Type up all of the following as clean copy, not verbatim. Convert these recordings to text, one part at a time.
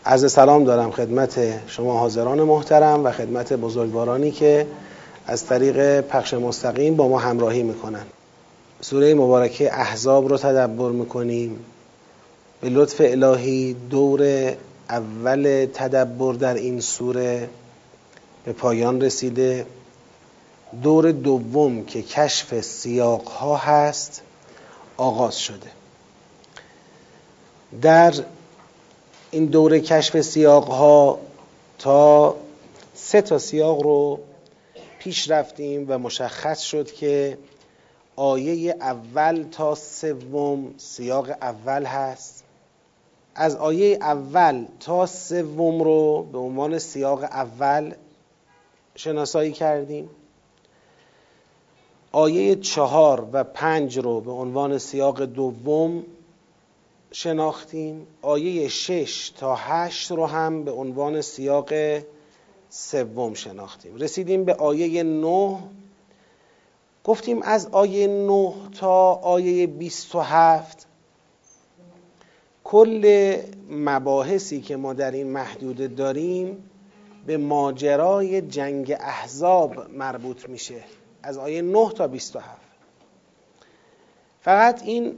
عرض سلام دارم خدمت شما حاضران محترم و خدمت بزرگوارانی که از طریق پخش مستقیم با ما همراهی میکنن. سوره مبارکه احزاب رو تدبر میکنیم. به لطف الهی دور اول تدبر در این سوره به پایان رسیده. دور دوم که کشف سیاقها هست آغاز شده. در این دوره کشف سیاقها تا 3 سیاق رو پیش رفتیم و مشخص شد که آیه اول تا 3 سیاق اول هست. از آیه اول تا 3 رو به عنوان سیاق اول شناسایی کردیم. آیه 4 و 5 رو به عنوان سیاق دوم شناختیم. آیه 6 تا 8 رو هم به عنوان سیاق سوم شناختیم. رسیدیم به آیه 9. گفتیم از آیه 9 تا آیه 27 کل مباحثی که ما در این محدوده داریم به ماجرای جنگ احزاب مربوط میشه، از آیه 9 تا 27. فقط این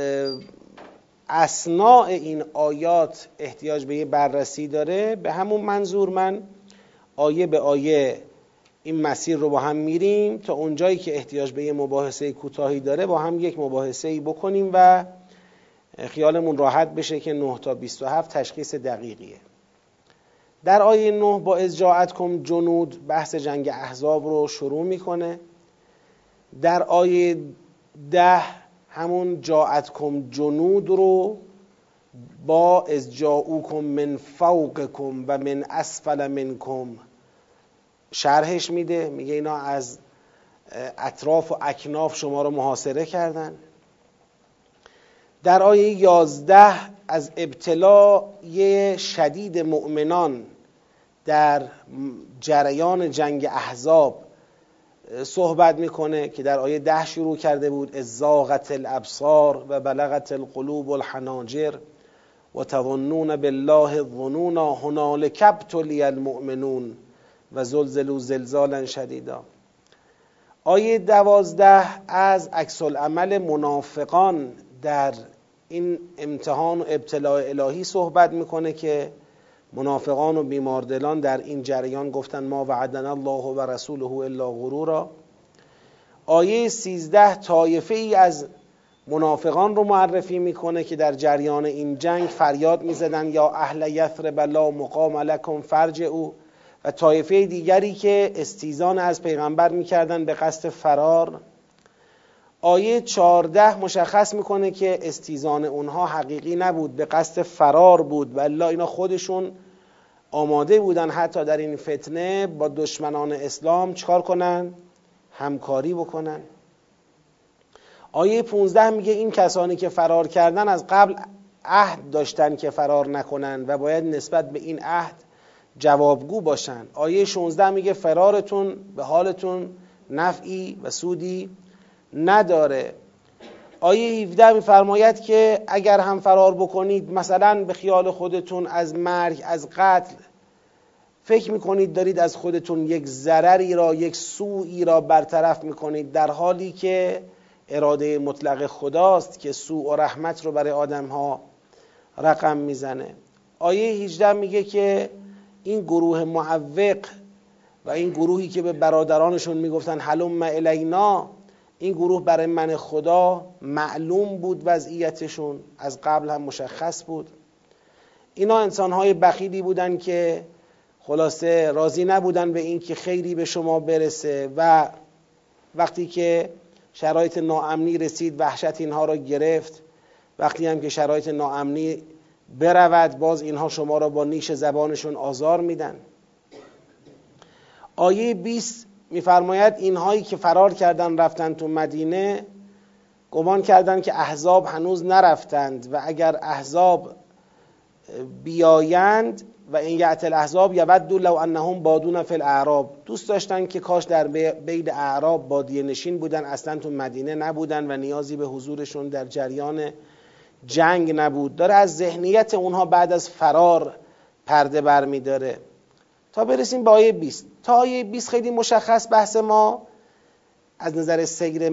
اثناء این آیات احتیاج به یه بررسی داره. به همون منظور من آیه به آیه این مسیر رو با هم میریم تا اونجایی که احتیاج به یه مباحثه کوتاهی داره با هم یک مباحثه‌ای بکنیم و خیالمون راحت بشه که 9 تا 27 تشخیص دقیقیه. در آیه 9 با اذ جاءتکم جنود بحث جنگ احزاب رو شروع میکنه. در آیه 10 همون جاءتکم جنود رو با اذ جاءوکم من فوقکم و من اسفل منکم شرحش میده. میگه اینا از اطراف و اکناف شما رو محاصره کردن. در آیه 11 از ابتلای شدید مؤمنان در جریان جنگ احزاب صحبت میکنه که در آیه 10 شروع کرده بود. اذ زاغت الابصار و بلغت القلوب الحناجر و تظنون بالله الظنونا هنالک ابتلی المؤمنون و زلزلوا زلزالا شدیدا. آیه 12 از عکس العمل منافقان در این امتحان و ابتلاء الهی صحبت میکنه که منافقان و بیماردلان در این جریان گفتن ما وعدنا الله و رسوله الا غرورا. آیه 13 طایفه ای از منافقان رو معرفی میکنه که در جریان این جنگ فریاد میزدن یا اهل یثرب لا مقام لکم فارجعوا، و طایفه دیگری که استیزان از پیغمبر میکردن به قصد فرار. آیه 14 مشخص میکنه که استیزان اونها حقیقی نبود، به قصد فرار بود، والله اینا خودشون آماده بودن حتی در این فتنه با دشمنان اسلام چیکار کنن؟ همکاری بکنن. آیه 15 میگه این کسانی که فرار کردن از قبل عهد داشتن که فرار نکنن و باید نسبت به این عهد جوابگو باشن. آیه 16 میگه فرارتون به حالتون نفعی و سودی نداره. آیه 17 میفرماید که اگر هم فرار بکنید مثلا به خیال خودتون از مرگ، از قتل فکر میکنید دارید از خودتون یک ضرری را، یک سوئی را برطرف میکنید، در حالی که اراده مطلق خداست که سوء و رحمت رو برای آدم ها رقم میزنه. آیه 18 میگه که این گروه معوق و این گروهی که به برادرانشون میگفتن هلم الینا، این گروه برای من خدا معلوم بود، وضعیتشون از قبل هم مشخص بود. اینا انسانهای بخیلی بودن که خلاصه راضی نبودن به این که خیری به شما برسه و وقتی که شرایط ناامنی رسید وحشت اینها را گرفت. وقتی هم که شرایط ناامنی برود باز اینها شما را با نیش زبانشون آزار میدن. آیه 20 میفرماید اینهایی که فرار کردن رفتن تو مدینه گمان کردن که احزاب هنوز نرفتند و اگر احزاب بیایند و این یأتی الاحزاب یودوا لو انهم بادون فی الاعراب، دوست داشتن که کاش در بین اعراب بادیه نشین بودن، اصلا تو مدینه نبودن و نیازی به حضورشون در جریان جنگ نبود. داره از ذهنیت اونها بعد از فرار پرده برمیداره تا برسیم به آیه 20. تا آیه 20 خیلی مشخص بحث ما از نظر سیر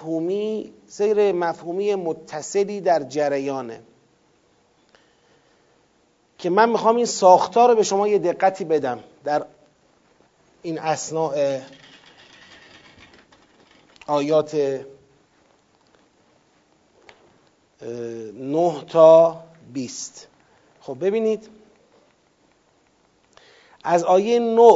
مفهومی متصلی در جریانه که من میخوام این ساختار رو به شما یه دقتی بدم در این اثناء آیات 9 تا 20. خب ببینید از آیه 9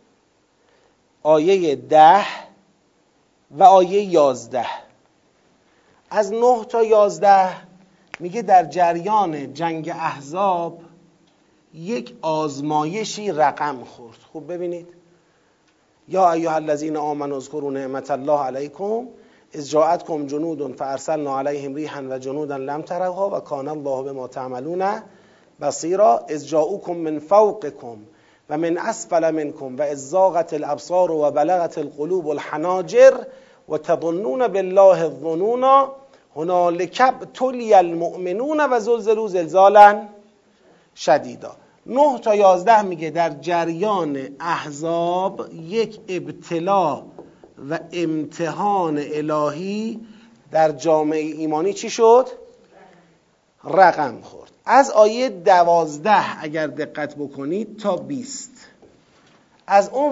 آیه 10 و آیه 11 از 9 تا 11 میگه در جریان جنگ احزاب یک آزمایشی رقم خورد. خب ببینید یا ایها الذین آمنوا اذکروا نعمت الله علیکم اذ جاءتکم جنود فارسلنا علیهم ریحا و جنودا لم تروها و کان الله بما تعملون بصیرا اذ جاءوکم من فوقکم و من اسفل منکم و اذ زاغت الابصار و بلغت القلوب الحناجر و تظنون بالله الظنون هنالک ابتلی المؤمنون و زلزلوا زلزالا شدیدا. 9 تا 11 میگه در جریان احزاب یک ابتلا و امتحان الهی در جامعه ایمانی چی شد؟ رقم خورد. از آیه 12 اگر دقت بکنید تا 20 از اون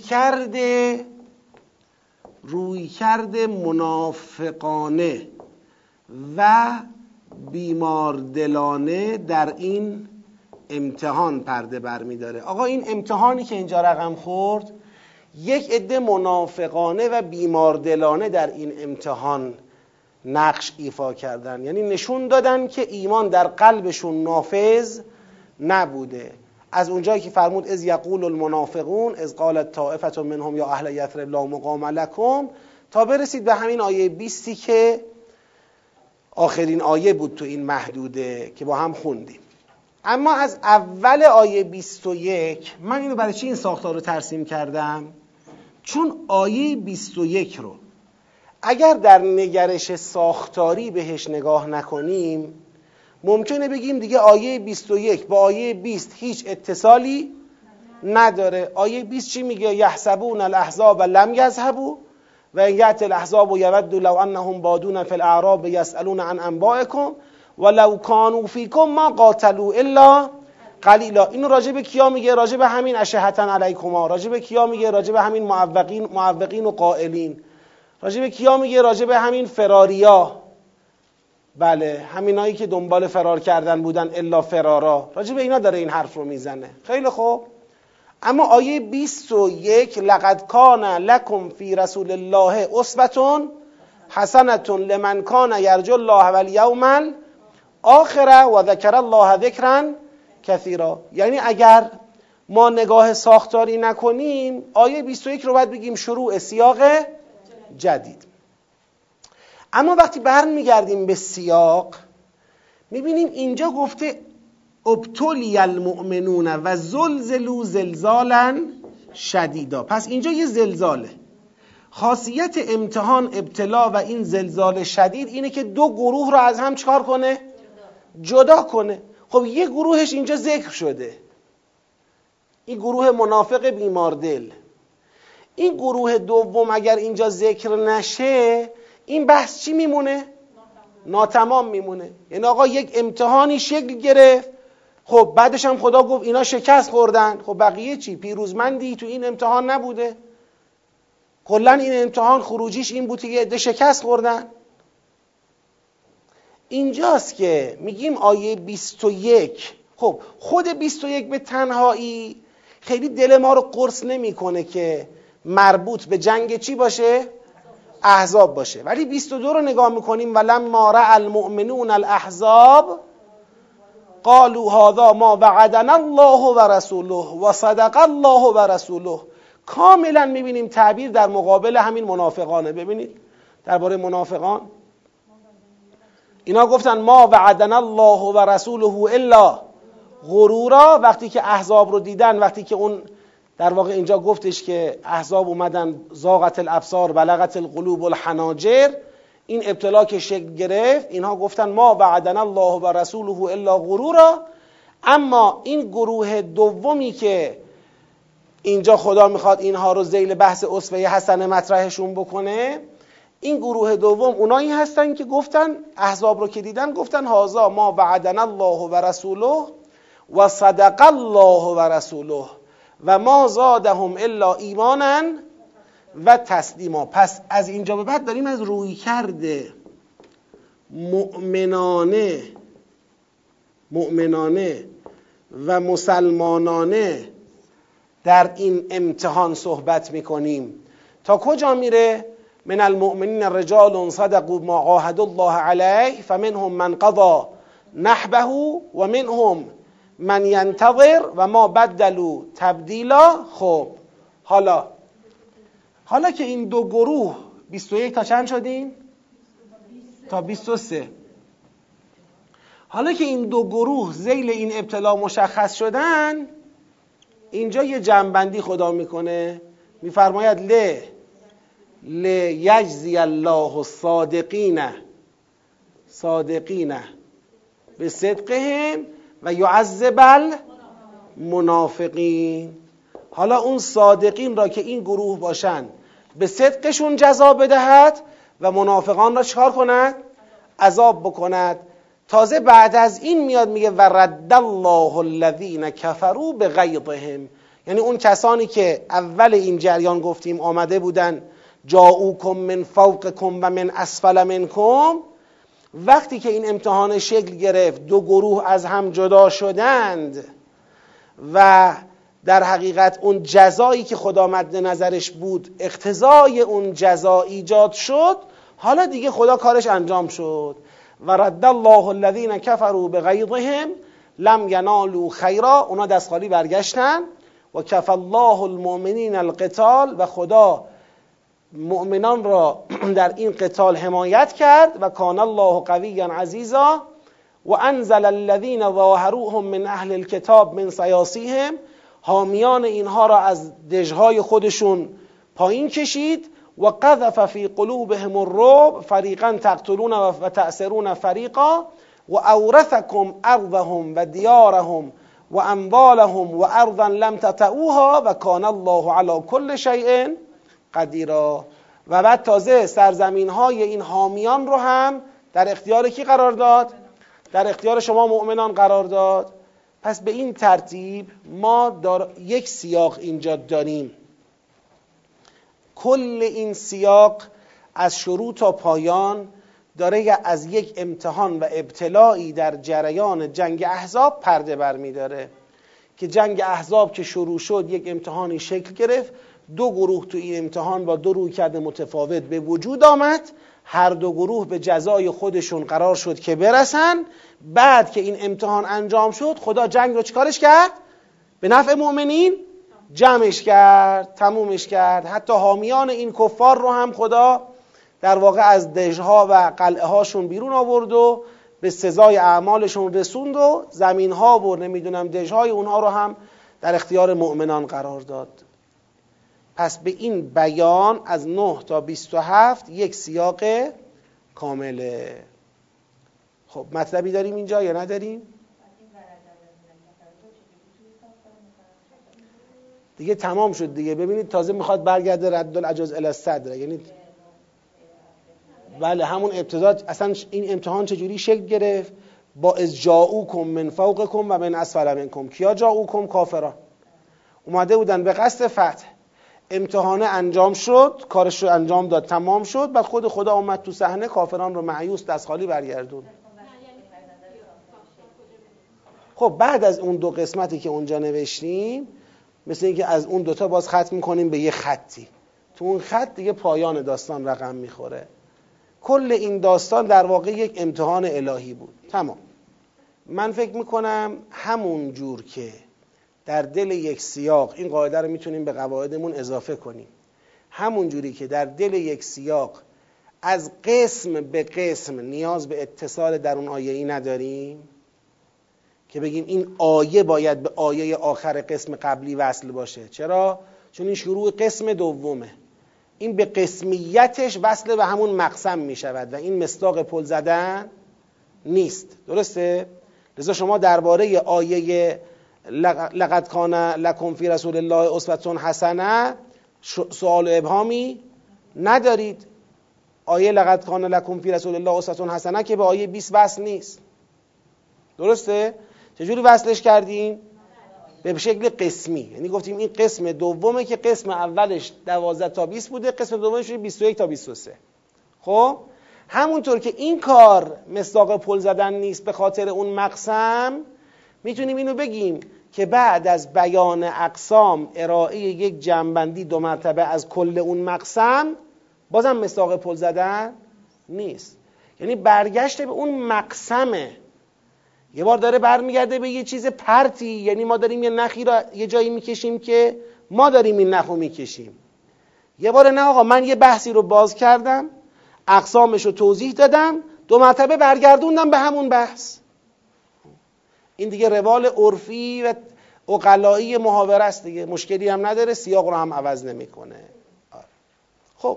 روی کرده منافقانه و بیماردلانه در این امتحان پرده برمی داره. آقا این امتحانی که اینجا رقم خورد یک عده منافقانه و بیماردلانه در این امتحان نقش ایفا کردن، یعنی نشون دادن که ایمان در قلبشون نافذ نبوده. از اونجایی که فرمود اذ یقول المنافقون اذ قالت طائفة منهم یا اهل یثرب لا مقام لکم تا برسید به همین آیه 20 که آخرین آیه بود تو این محدوده که با هم خوندیم. اما از اول آیه 21 من اینو برای چی این ساختار رو ترسیم کردم؟ چون آیه 21 رو اگر در نگرش ساختاری بهش نگاه نکنیم ممکنه بگیم دیگه آیه 21 با آیه 20 هیچ اتصالی نداره. آیه 20 چی میگه؟ یحسبون الاحزاب لم یذهبوا و ان یأتی الاحزاب یودوا لو انهم بادون فی الاعراب یسألون عن انبائکم ولو کانوا فیکم ما قاتلوا الا قلیلا. اینو راجع به کیا میگه؟ راجع به همین اشهة علیکما. راجع به کیا میگه؟ راجع به همین معوقین و قائلین. راجع به کیا میگه؟ راجع به همین فراریا، بله همینایی که دنبال فرار کردن بودن الا فرارا. راجع به اینا داره این حرف رو میزنه. خیلی خوب. اما آیه 21 لقد کان لکم فی رسول الله اسوة حسنة لمن کان یرجو الله والیوم الاخر و ذکر الله ذکرا کثیرا. یعنی اگر ما نگاه ساختاری نکنیم آیه 21 رو باید بگیم شروع سیاق جدید. اما وقتی برمیگردیم به سیاق میبینیم اینجا گفته ابتلی المؤمنون و زلزلوا زلزالا شدیدا. پس اینجا یه زلزاله. خاصیت امتحان، ابتلا و این زلزال شدید اینه که دو گروه رو از هم چکار کنه؟ جدا کنه. خب یه گروهش اینجا ذکر شده، این گروه منافق بیماردل. این گروه دوم اگر اینجا ذکر نشه این بحث چی میمونه؟ ناتمام میمونه. یعنی آقا یک امتحانی شکل گرفت، خب بعدش هم خدا گفت اینا شکست خوردن، خب بقیه چی؟ پیروزمندی تو این امتحان نبوده؟ کلا این امتحان خروجیش این بود که عده شکست خوردن. اینجاست که میگیم آیه 21. خب خود 21 به تنهایی خیلی دل ما رو قرص نمیکنه که مربوط به جنگ چی باشه؟ احزاب باشه. ولی 22 رو نگاه میکنیم ولما رأى المؤمنون الاحزاب قالوا هذا ما وعدنا الله و رسوله و صدق الله و رسوله. کاملا میبینیم تعبیر در مقابل همین منافقانه. ببینید درباره منافقان اینا گفتن ما وعدنا الله و رسوله الا غرورا. وقتی که احزاب رو دیدن، وقتی که اون در واقع اینجا گفتش که احزاب اومدن زاغت الابصار بلغت القلوب الحناجر، این ابتلا که شکل گرفت اینها گفتن ما وعدنا الله و رسوله الا غرورا. اما این گروه دومی که اینجا خدا میخواد اینها رو ذیل بحث اسوه حسنه مطرحشون بکنه، این گروه دوم اونایی هستن که گفتن، احزاب رو که دیدن گفتن هذا ما وعدنا الله و رسوله و صدق الله و رسوله و ما زادهم الا ایمانا و تسلیما. پس از اینجا به بعد داریم از رویکرد مؤمنانه و مسلمانانه در این امتحان صحبت میکنیم. تا کجا میره؟ من المؤمنین رجال صدقوا ما عاهدوا الله علیه فمنهم من قضى نحبه و منهم من ینتظر و ما بدلوا تبدیلا. خب حالا که این دو گروه 21 تا چند شدیم؟ تا 23. حالا که این دو گروه ذیل این ابتلا مشخص شدن، اینجا یه جمع‌بندی خدا میکنه، میفرماید لیجزی الله الصادقین بصدقهم و یعذب المنافقین. حالا اون صادقین را که این گروه باشن به صدقشون جزا بدهد و منافقان را چکار کند؟ عذاب بکند. تازه بعد از این میاد میگه و رد الله الذین کفروا بغیظهم، یعنی اون کسانی که اول این جریان گفتیم آمده بودن جاءوکم من فوقکم و من اسفل منکم، وقتی که این امتحان شکل گرفت دو گروه از هم جدا شدند و در حقیقت اون جزایی که خدا مد نظرش بود اقتضای اون جزا ایجاد شد، حالا دیگه خدا کارش انجام شد. و رد الله الذین کفروا بغیظهم لم ینالوا خیرا، اونا دست خالی برگشتن. و کف الله المؤمنین القتال، و خدا مؤمنان را در این قتال حمایت کرد. و کان الله قویا عزیزا و انزل الذین ظاهروهم من اهل الكتاب من صیاصیهم، حامیان اینها را از دژهای خودشون پایین کشید. و قذف فی قلوبهم الرعب فریقا تقتلون و تأسرون فریقا و اورثکم ارضهم و دیارهم و اموالهم و ارضا لم تطئوها و کان الله علی کل شیء قدیرا. و بعد تازه سرزمین های این حامیان رو هم در اختیار کی قرار داد؟ در اختیار شما مؤمنان قرار داد. پس به این ترتیب ما یک سیاق اینجا داریم. کل این سیاق از شروع تا پایان داره از یک امتحان و ابتلایی در جریان جنگ احزاب پرده برمی داره که جنگ احزاب که شروع شد یک امتحانی شکل گرفت، دو گروه تو این امتحان با دو رویکرد متفاوت به وجود آمد، هر دو گروه به جزای خودشون قرار شد که برسن. بعد که این امتحان انجام شد خدا جنگ رو چیکارش کرد؟ به نفع مؤمنین جمعش کرد، تمومش کرد. حتی حامیان این کفار رو هم خدا در واقع از دژها و قلعه هاشون بیرون آورد و به سزای اعمالشون رسوند و زمین ها و نمیدونم دژهای اونها رو هم در اختیار مؤمنان قرار داد. پس به این بیان از 9 تا 27 یک سیاق کامله. خب مطلبی داریم اینجا یا نداریم؟ دیگه تمام شد دیگه. ببینید تازه میخواد برگرده رد العجز الی الصدر، یعنی بله همون ابتدا اصلا این امتحان چجوری شکل گرفت؟ با از جاءوکم من فوقکم و من اسفل منکم. کیا جاءوکم؟ کافران اومده بودن به قصد فتح، امتحانه انجام شد، کارش رو انجام داد، تمام شد، بعد خود خدا اومد تو صحنه، کافران رو مایوس دست خالی برگردون. خب بعد از اون دو قسمتی که اونجا نوشتیم، مثل اینکه از اون دوتا باز ختم میکنیم به یه خطی، تو اون خط دیگه پایان داستان رقم میخوره. کل این داستان در واقع یک امتحان الهی بود. تمام. من فکر میکنم همون جور که در دل یک سیاق، این قاعده رو میتونیم به قواعدمون اضافه کنیم، همون جوری که در دل یک سیاق از قسم به قسم نیاز به اتصال در اون آیه ای نداریم که بگیم این آیه باید به آیه آخر قسم قبلی وصل باشه. چرا؟ چون این شروع قسم دومه، این به قسمیتش وصل به همون مقسم می شود و این مصداق پل زدن نیست. درسته؟ لذا شما درباره آیه لقد کان لکم فی رسول الله اسوة حسنه سوال و ابهامی ندارید. آیه لقد کان لکم فی رسول الله اسوة حسنه که به آیه 20 وصل نیست. درسته؟ چجوری وصلش کردیم؟ به شکل قسمی، یعنی گفتیم این قسم دومه که قسم اولش 12 تا 20 بوده، قسم دومش 21 تا 23. خب همونطور که این کار مصداق پل زدن نیست به خاطر اون مقسم، میتونیم اینو بگیم که بعد از بیان اقسام ارائه یک جمع‌بندی 2 مرتبه از کل اون مقسم بازم مصداق پل زدن نیست. یعنی برگشت به اون مقسمه، یه بار داره برمیگرده به یه چیز پرتی، یعنی ما داریم یه نخی را یه جایی میکشیم که ما داریم این نخو میکشیم. یه بار نه آقا من یه بحثی رو باز کردم، اقسامش رو توضیح دادم، 2 مرتبه برگردوندم به همون بحث. این دیگه روال عرفی و عقلایی محاوره است دیگه، مشکلی هم نداره، سیاق رو هم عوض نمیکنه. خب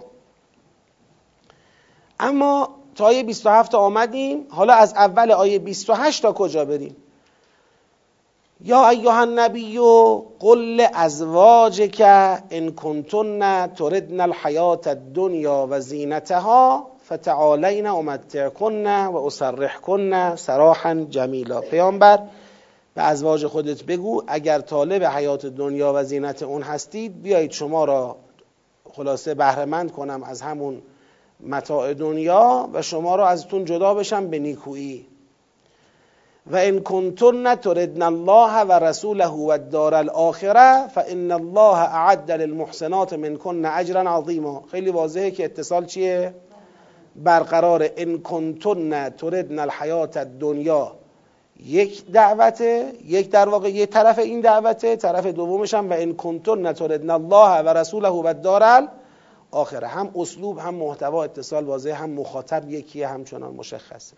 اما تا آیه 27 آمدیم، حالا از اول آیه 28 تا کجا بریم؟ یا ایها النبی قل لازواجک ان کنتن تردن الحیاة الدنیا و زینتها فتعالین امتعکن و اسرحکن سراحا جمیلا. پیامبر به ازواج خودت بگو اگر طالب حیات دنیا و زینت اون هستید بیایید شما را خلاصه بهره مند کنم از همون متاع دنیا و شما را ازتون جدا بشم به نیکویی. و ان کنتن تردن الله و رسوله و الدار الاخره فان الله اعد للمحسنات منکن اجرا عظیما. خیلی واضحه که اتصال چیه؟ برقرار. ان کنتن تردن الحیات الدنیا یک دعوته، یک در واقع یک طرف این دعوته، طرف دومش هم و ان کنتن تردن الله و رسوله و الدار الاخره. هم اسلوب هم محتوا اتصال واضحه، هم مخاطب یکیه، همچنان مشخصه.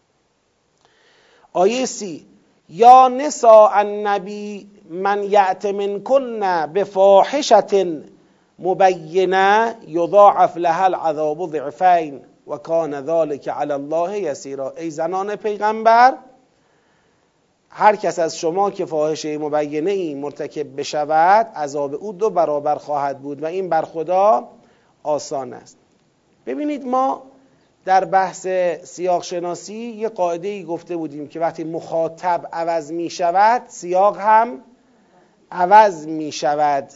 آیه 30 یا نساء النبی من یأت منکن بفاحشة مبینه یضاعف لها العذاب ضعفین و کان ذلک علی الله یسیرا. ای زنان پیغمبر، هر کس از شما که فاحشه مبینه ای مرتکب بشود عذاب او 2 برابر خواهد بود و این بر خدا آسان است. ببینید ما در بحث سیاق شناسی یه قاعده ای گفته بودیم که وقتی مخاطب عوض می شود سیاق هم عوض می شود،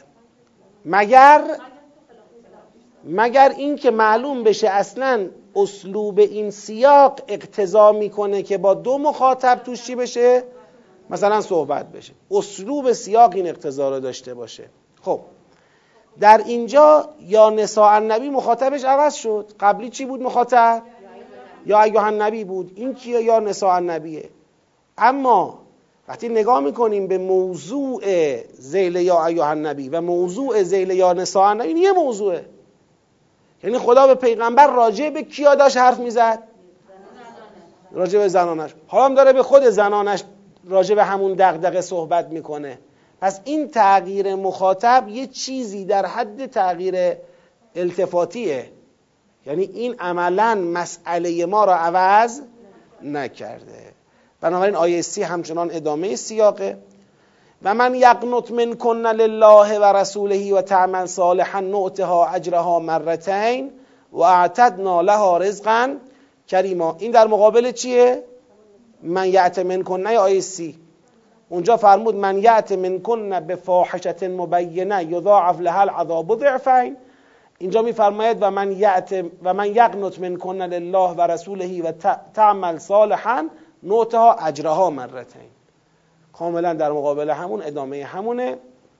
مگر این که معلوم بشه اصلا اسلوب این سیاق اقتضا میکنه که با 2 مخاطب توش چی بشه؟ مثلا صحبت بشه. اسلوب سیاق این اقتضا رو داشته باشه. خب در اینجا یا نساء النبی مخاطبش عوض شد. قبلی چی بود مخاطب؟ یا ایها النبی بود. این کیه؟ یا نساء النبیه. اما وقتی نگاه میکنیم به موضوع ذیل یا ایها النبی و موضوع ذیل یا نساء النبی، این یه موضوعه. یعنی خدا به پیغمبر راجع به کیا داشت حرف میزد؟ راجع به زنانش. حالا هم داره به خود زنانش راجع به همون دغدغه صحبت میکنه. پس این تغییر مخاطب یه چیزی در حد تغییر التفاتیه، یعنی این عملا مسئله ما را عوض نکرده. بنابراین آیه 30 همچنان ادامه سیاقه. و من یقنط منکن لله و رسوله و تعمل صالحا نؤتها اجرها مرتین و اعتدنا لها رزقا کریما. این در مقابل چیه؟ من یأت منکن آیه 30. اونجا فرمود من یأت منکن بفاحشة مبینه یضاعف لها العذاب ضعفین. اینجا میفرماید و من یقنط منکن لله و رسوله و تعمل صالحا نؤتها اجرها مرتین. کاملا در مقابل همون، ادامه همونه.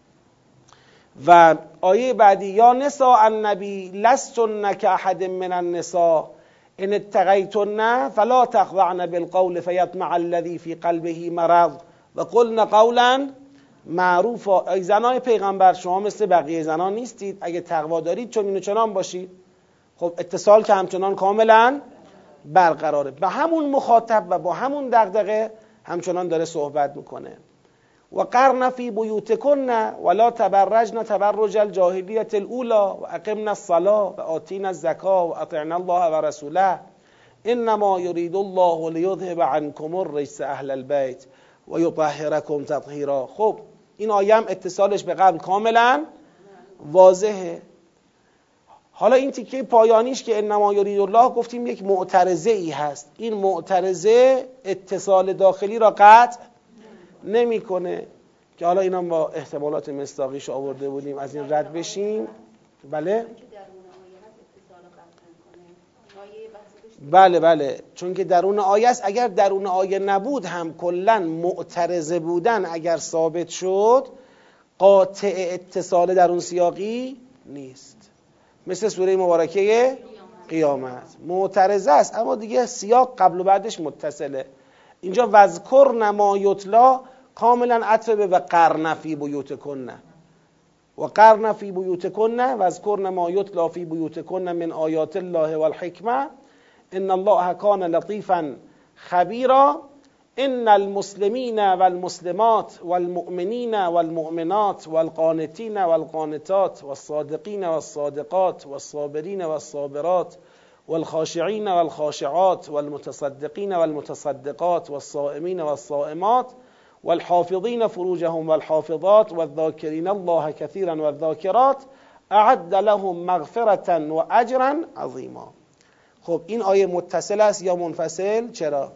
و آیه بعدی یا نساء النبی لستن کاحد من النساء ان اتقیتن فلا تخضعن بالقول فیطمع الذی فی قلبه مرض و قلن قولا معروفا. ای زنان پیغمبر شما مثل بقیه زنان نیستید، اگه تقوا دارید چون اینو چنان باشید. خب اتصال که همچنان کاملا برقراره، به همون مخاطب و با همون دغدغه همچنان داره صحبت میکنه. و قرن فی بیوتکن ولا تبرجن تبرج الجاهلیة الاولی و اقمنا الصلاة و آتینا الزکاة و اطعنا الله و رسوله انما یرید الله لیذهب عنکم الرجس اهل البیت و یطهرکم تطهیرا. خب این آیه هم اتصالش به قبل کاملا واضحه. حالا این تیکه پایانیش که انما یرید الله گفتیم یک معترضه ای هست. این معترضه اتصال داخلی را قطع نمیکنه که حالا اینا با احتمالات مصداقیش آورده بودیم از این رد بشیم. بله بله چون که درون آیه است. اگر درون آیه نبود هم کلا معترضه بودن اگر ثابت شد قاطع اتصال در اون سیاقی نیست. مثل سوره مبارکه قیامت معترضه است اما دیگه سیاق قبل و بعدش متصله. اینجا وذکرن ما یتلی کاملا عطف به و قرن فی بیوتکن و قرن فی بیوتکن و اذکرن ما یتلی فی بیوتکن من آیات الله والحکمه ان الله کان لطیفا خبیرا. ان المسلمین والمسلمات والمؤمنین والمؤمنات والقانتین والقانتات والصادقین والصادقات والصابرین والصابرات والخاشعین والخاشعات والمتصدقین والمتصدقات والصائمین والصائمات والحافظین فروجهم والحافظات والذاکرین الله کثیرا والذاکرات اعد لهم مغفرة و اجرا عظیما. خب این آیه متصل است یا منفصل؟ چرا؟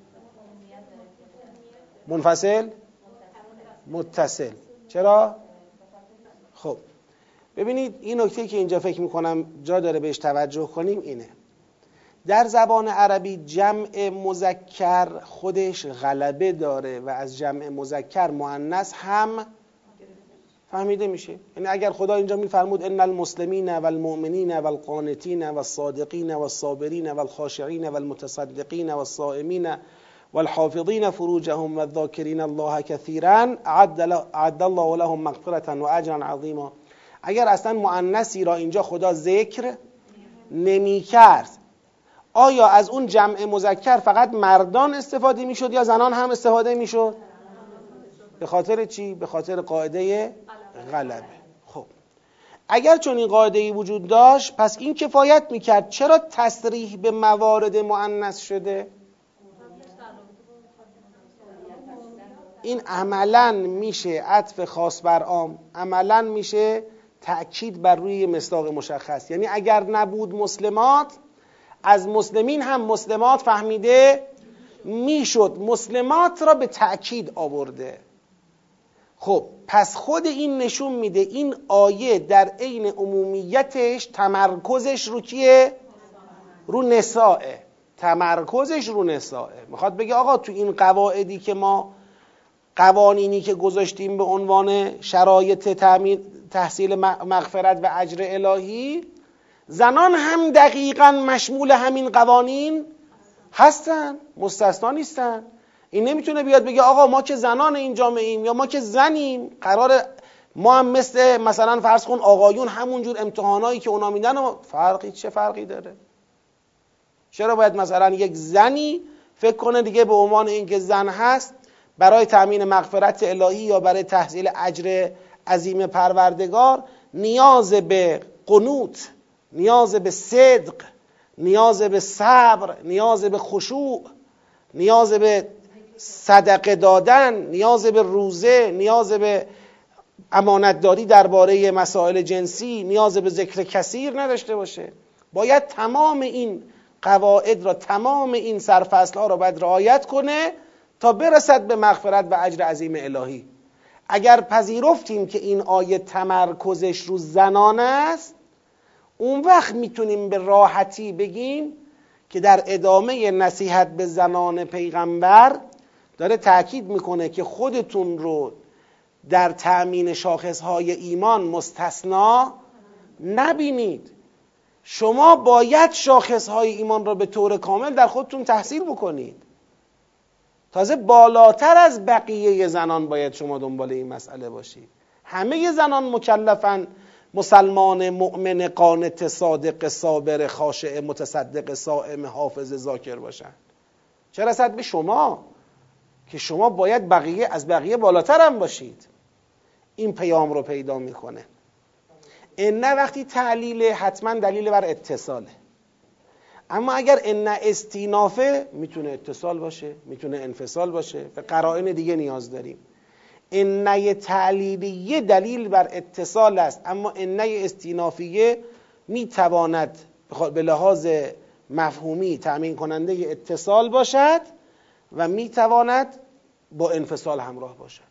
منفصل؟ متصل. چرا؟ خب ببینید این نکته که اینجا فکر میکنم جا داره بهش توجه کنیم اینه. در زبان عربی جمع مذکر خودش غلبه داره و از جمع مذکر مؤنث هم فهمیده میشه. یعنی اگر خدا اینجا میفرمود ان المسلمین والمؤمنین والقانتین والصادقین والصابرین والخاشعین والمتصدقین والصائمین والحافظین فروجهم والذاکرین الله کثیرا اعد الله لهم مغفرة و اجرا عظیما، اگر اصلا مؤنثی را اینجا خدا ذکر نمی کرد آیا از اون جمع مذکر فقط مردان استفاده میشد یا زنان هم استفاده میشد؟ به خاطر چی؟ به خاطر قاعده غلبه. خب اگر چون این قاعده‌ای وجود داشت پس این کفایت میکرد. چرا تصریح به موارد مؤنث شده؟ این عملاً میشه عطف خاص بر عام، عملاً میشه تأکید بر روی مصداق مشخص. یعنی اگر نبود مسلمات از مسلمین هم مسلمات فهمیده میشد، مسلمات را به تأکید آورده. خب پس خود این نشون میده این آیه در عین عمومیتش تمرکزش رو کیه؟ رو نسائه. تمرکزش رو نسائه. میخواد بگه آقا تو این قواعدی که ما قوانینی که گذاشتیم به عنوان شرایط تحصیل مغفرت و اجر الهی، زنان هم دقیقاً مشمول همین قوانین هستن، مستثنا نیستن. این نمیتونه بیاد بگه آقا ما که زنان این جامعه ایم یا ما که زنیم قراره ما هم مثلا فرض کن آقایون همونجور امتحانایی که اونا میدن و چه فرقی داره؟ چرا باید مثلا یک زنی فکر کنه دیگه به عنوان اینکه زن هست برای تأمین مغفرت الهی یا برای تحصیل اجر عظیم پروردگار نیاز به قنوت، نیاز به صدق، نیاز به صبر، نیاز به خشوع، نیاز به صدقه دادن، نیاز به روزه، نیاز به امانتداری درباره مسائل جنسی، نیاز به ذکر کثیر نداشته باشه. باید تمام این قواعد را، تمام این سرفصل ها را باید رعایت کنه تا برسد به مغفرت و اجر عظیم الهی. اگر پذیرفتیم که این آیه تمرکزش رو زنان است، اون وقت میتونیم به راحتی بگیم که در ادامه نصیحت به زنان پیغمبر داره تأکید میکنه که خودتون رو در تأمین شاخصهای ایمان مستثنا نبینید. شما باید شاخصهای ایمان را به طور کامل در خودتون تحصیل بکنید. تازه بالاتر از بقیه زنان باید شما دنبال این مسئله باشید. همه زنان مکلفن مسلمان مؤمن قانت صادق صابر خاشع متصدق صائم حافظ ذاکر باشن. چه رسد به شما که شما باید از بقیه بالاتر هم باشید. این پیام رو پیدا میکنه. این نه وقتی تعلیل حتما دلیل بر اتصاله، اما اگر ان استینافه میتونه اتصال باشه، میتونه انفصال باشه، به قرائن دیگه نیاز داریم. ان تعلیلیه دلیل بر اتصال است، اما ان استینافیه میتواند به لحاظ مفهومی تأمین کننده اتصال باشد و میتواند با انفصال همراه باشد.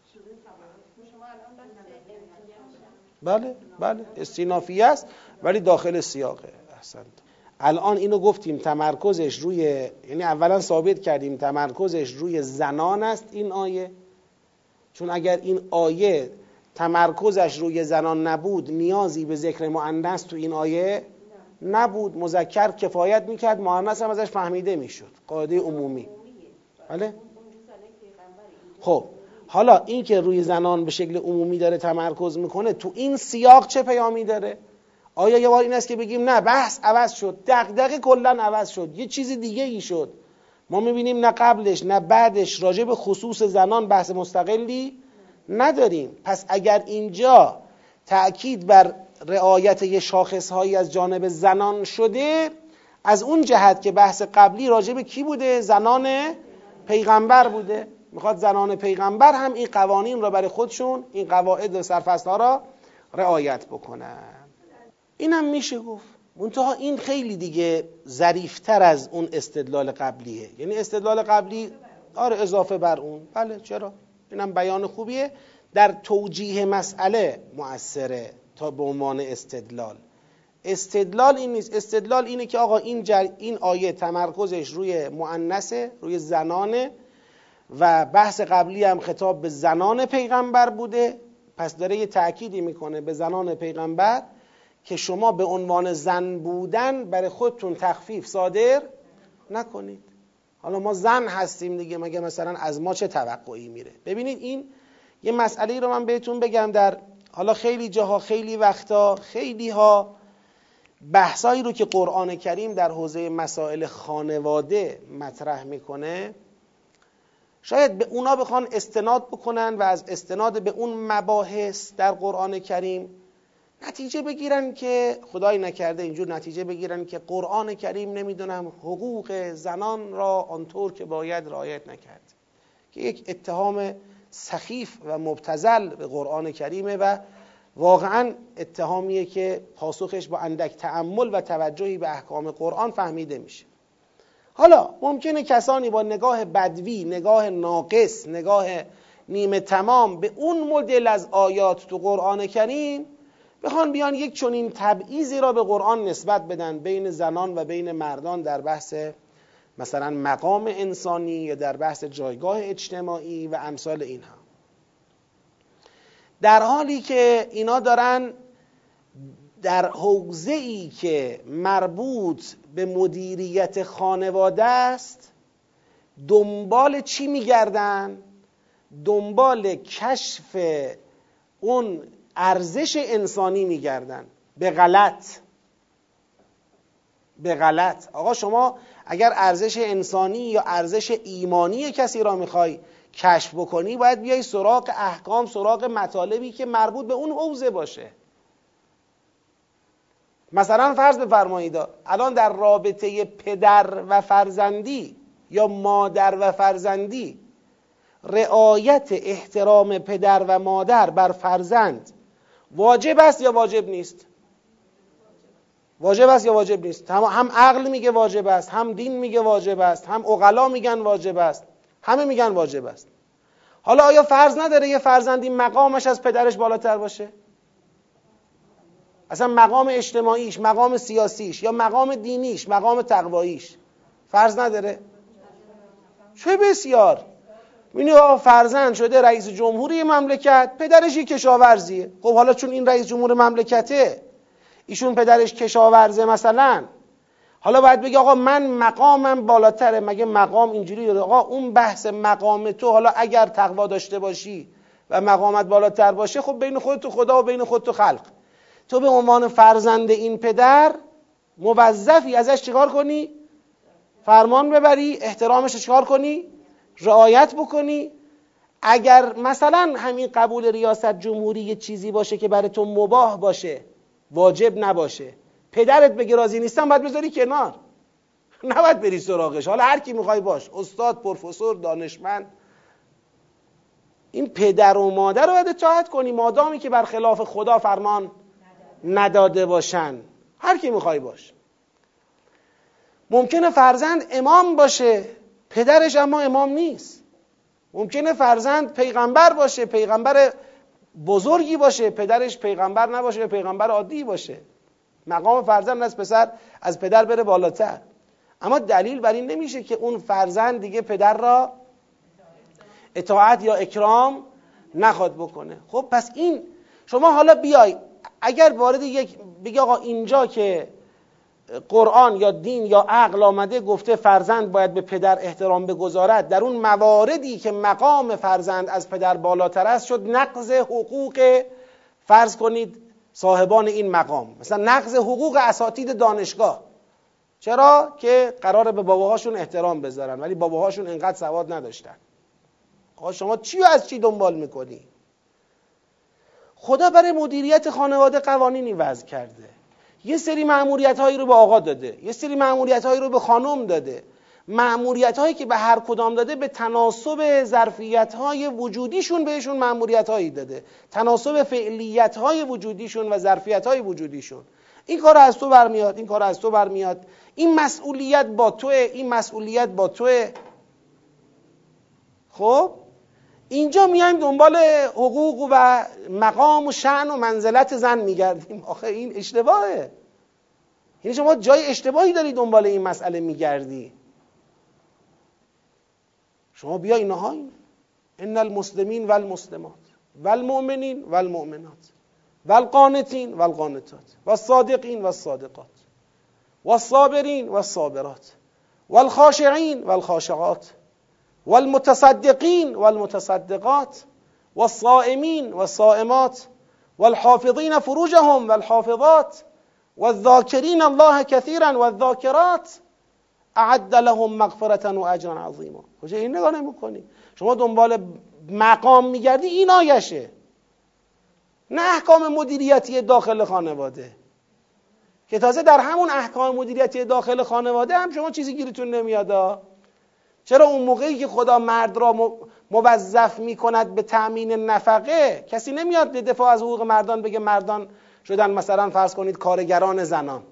بله بله استینافیه است ولی داخل سیاقه. احسنت. الان اینو گفتیم تمرکزش روی، یعنی اولا ثابت کردیم تمرکزش روی زنان است این آیه، چون اگر این آیه تمرکزش روی زنان نبود نیازی به ذکر مؤنث تو این آیه نبود، مذکر کفایت میکرد، مؤنث هم ازش فهمیده میشد، قاعده عمومی. بله. خب حالا این که روی زنان به شکل عمومی داره تمرکز میکنه تو این سیاق چه پیامی داره؟ آیا یه بار این است که بگیم نه بحث عوض شد، دغدغه کلا عوض شد، یه چیز دیگه ای شد؟ ما میبینیم نه قبلش نه بعدش راجع به خصوص زنان بحث مستقلی نداریم. پس اگر اینجا تأکید بر رعایت یه شاخصهایی از جانب زنان شده، از اون جهت که بحث قبلی راجع به کی بوده؟ زنان پیغمبر بوده. میخواد زنان پیغمبر هم این قوانین را برای خودشون، این قواعد و سرفصل‌ها را رعایت بکنن. اینم میشه گفت. منتها این خیلی دیگه ظریف‌تر از اون استدلال قبلیه. یعنی استدلال قبلی آره اضافه بر اون، بله چرا؟ اینم بیان خوبیه، در توجیه مسئله مؤثره تا به عنوان استدلال. استدلال این نیست. استدلال اینه که آقا این آیه تمرکزش روی مؤنثه، روی زنانه و بحث قبلی هم خطاب به زنان پیغمبر بوده، پس داره یه تأکیدی میکنه به زنان پیغمبر که شما به عنوان زن بودن برای خودتون تخفیف صادر نکنید. حالا ما زن هستیم دیگه، مگه مثلا از ما چه توقعی میره؟ ببینید این یه مسئله رو من بهتون بگم، در حالا خیلی جاها خیلی وقتا خیلی ها بحثایی رو که قرآن کریم در حوزه مسائل خانواده مطرح میکنه شاید به اونا بخوان استناد بکنن و از استناد به اون مباحث در قرآن کریم نتیجه بگیرن که خدای نکرده اینجور نتیجه بگیرن که قرآن کریم نمیدونم حقوق زنان را آنطور که باید رعایت نکرد، که یک اتهام سخیف و مبتذل به قرآن کریمه و واقعا اتهامیه که پاسخش با اندک تأمل و توجهی به احکام قرآن فهمیده میشه. حالا ممکنه کسانی با نگاه بدوی، نگاه ناقص، نگاه نیمه تمام به اون مدل از آیات تو قرآن کریم بخوان بیان یک چنین تبعیضی را به قرآن نسبت بدن بین زنان و بین مردان در بحث مثلا مقام انسانی یا در بحث جایگاه اجتماعی و امثال اینها، در حالی که اینا دارن در حوزه‌ای که مربوط به مدیریت خانواده است دنبال چی میگردن؟ دنبال کشف اون ارزش انسانی میگردن. به غلط. آقا شما اگر ارزش انسانی یا ارزش ایمانی کسی را میخوای کشف بکنی باید بیای سراغ احکام، سراغ مطالبی که مربوط به اون حوزه باشه. مثلا فرض بفرمایید الان در رابطه پدر و فرزندی یا مادر و فرزندی رعایت احترام پدر و مادر بر فرزند واجب است یا واجب نیست؟ واجب است یا واجب نیست؟ هم عقل میگه واجب است، هم دین میگه واجب است، هم عقلا میگن واجب است، همه میگن واجب است. حالا آیا فرض نداره یه فرزندی مقامش از پدرش بالاتر باشه؟ اصلا مقام اجتماعیش، مقام سیاسیش یا مقام دینیش، مقام تقواییش فرض نداره؟ چه بسیار. می‌بینی فرزند شده رئیس جمهوری مملکت، پدرش یک کشاورزیه. خب حالا چون این رئیس جمهور مملکته، ایشون پدرش کشاورزه مثلا، حالا باید بگی آقا من مقامم بالاتره. مگه مقام اینجوری داره؟ آقا اون بحث مقام تو، حالا اگر تقوا داشته باشی و مقامت بالاتر باشه، خب بین خودت و خدا و بین خودت و خلق، تو به عنوان فرزند این پدر موظفی ازش چیکار کنی؟ فرمان ببری، احترامش چیکار کنی؟ رعایت بکنی. اگر مثلا همین قبول ریاست جمهوری یه چیزی باشه که برای تو مباح باشه، واجب نباشه، پدرت بگه راضی نیستم، باید بذاری کنار. نباید بری سراغش. حالا هر کی میخوای باش، استاد، پروفسور، دانشمند. این پدر و مادر رو باید اطاعت کنی مادامی که بر خلاف خدا فرمان نداده باشن. هر کی میخوای باش. ممکنه فرزند امام باشه، پدرش اما امام نیست. ممکنه فرزند پیغمبر باشه، پیغمبر بزرگی باشه، پدرش پیغمبر نباشه، پیغمبر عادی باشه. مقام فرزند از پسر، از پدر بره بالاتر. اما دلیل بر این نمیشه که اون فرزند دیگه پدر را اطاعت یا اکرام نخواد بکنه. خب پس این شما حالا بیای اگر وارد یک بگی آقا اینجا که قرآن یا دین یا عقل آمده گفته فرزند باید به پدر احترام بگذارد، در اون مواردی که مقام فرزند از پدر بالاتر است شد نقض حقوق فرض کنید صاحبان این مقام، مثلا نقض حقوق اساتید دانشگاه. چرا؟ که قراره به باباهاشون احترام بذارن ولی باباهاشون انقدر سواد نداشتن. آقا شما چی و از چی دنبال میکنی؟ خدا برای مدیریت خانواده قوانینی وضع کرده. یه سری مأموریت هایی رو به آقا داده، یه سری مأموریت هایی رو به خانم داده. مأموریت هایی که به هر کدام داده به تناسب ظرفیت های وجودیشون بهشون مأموریت هایی داده، تناسب فعلیت های وجودیشون و ظرفیت های وجودیشون. این کار از تو برمیاد، این کار از تو برمیاد، این مسئولیت با توه، این مسئولیت با توه. خب اینجا میایم دنبال حقوق و مقام و شأن و منزلت زن میگردیم. آخه این اشتباهه. یعنی شما جای اشتباهی داری دنبال این مسئله میگردی. شما بیا اینها ان المسلمین والمسلمات والمؤمنین والمؤمنات والقانتین والقانتات والصادقین والصادقات والصابرین والصابرات والخاشعین والخاشعات والمتصدقین والمتصدقات والصائمین والصائمات والحافظین فروجهم والحافظات والذاکرین الله کثیرا والذاکرات اعد لهم مغفرة و اجرا عظیما. کجا این نگاه نمی‌کنی؟ شما دنبال مقام میگردی، این آیشه، نه احکام مدیریتی داخل خانواده که تازه در همون احکام مدیریتی داخل خانواده هم شما چیزی گیرتون نمیاد. چرا اون موقعی که خدا مرد را موظف میکند به تأمین نفقه کسی نمیاد به دفاع از حقوق مردان بگه مردان شدن مثلا فرض کنید کارگران زنان؟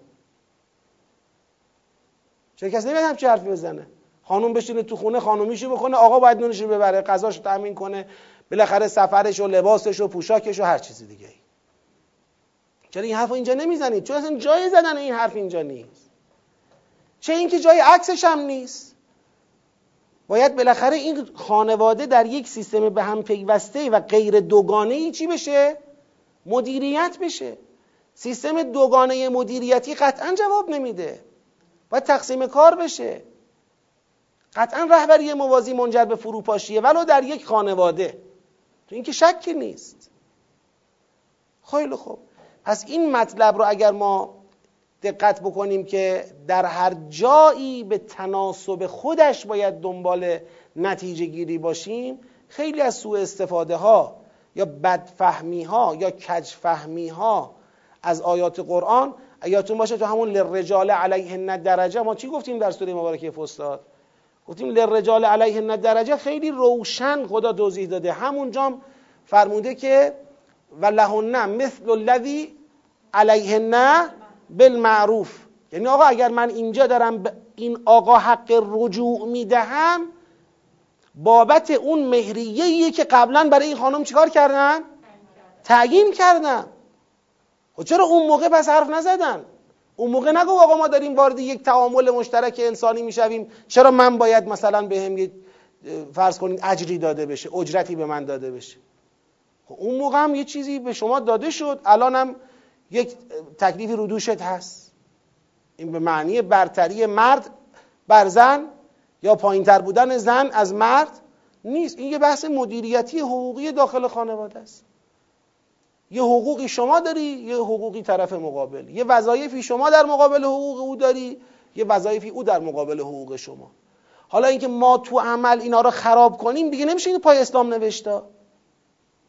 چرا کسی نمیاد همچین حرفی بزنه؟ خانوم بشینه تو خونه خانومیشو بکنه، آقا باید نونشو ببره، غذاشو تأمین کنه، بالاخره سفرش و لباسش و پوشاکش و هر چیزی دیگه. چرا این حرفو اینجا نمیزنید؟ چون اصلا جای زدن این حرف اینجا نیست. چه اینکه جای عکسش هم نیست. باید بالاخره این خانواده در یک سیستم به هم پیوسته و غیر دوگانه‌ای چی بشه؟ مدیریت بشه. سیستم دوگانه مدیریتی قطعا جواب نمیده. باید تقسیم کار بشه. قطعا رهبری موازی منجر به فروپاشیه ولو در یک خانواده. تو این که شکی نیست. خیلی خوب. پس این مطلب رو اگر ما دقت بکنیم که در هر جایی به تناسب خودش باید دنبال نتیجه گیری باشیم، خیلی از سوء استفاده ها یا بدفهمی ها یا کج فهمی ها از آیات قرآن، یادتون باشه تو همون للرجال علیهن درجه ما چی گفتیم در سوره مبارکه فستاد؟ گفتیم للرجال علیهن درجه خیلی روشن خدا توضیح داده. همونجا فرموده که ولهن مثل الذی علیهن بالمعروف. یعنی آقا اگر من اینجا دارم این آقا حق رجوع میدهم بابت اون مهریه‌ایه که قبلا برای این خانم چیکار کردن؟ تعیین کردن. خب چرا اون موقع پس حرف نزدن؟ اون موقع نگو آقا ما داریم وارد یک تعامل مشترک انسانی میشویم، چرا من باید مثلا بهم فرض کنید اجری داده بشه، اجرتی به من داده بشه؟ خب اون موقع هم یه چیزی به شما داده شد، الان هم یک تکلیفی رو دوشت هست. این به معنی برتری مرد بر زن یا پایینتر بودن زن از مرد نیست. این یه بحث مدیریتی حقوقی داخل خانواده است. یه حقوقی شما داری، یه حقوقی طرف مقابل، یه وظایفی شما در مقابل حقوق او داری، یه وظایفی او در مقابل حقوق شما. حالا اینکه ما تو عمل اینا رو خراب کنیم دیگه نمیشه این پای اسلام نوشته.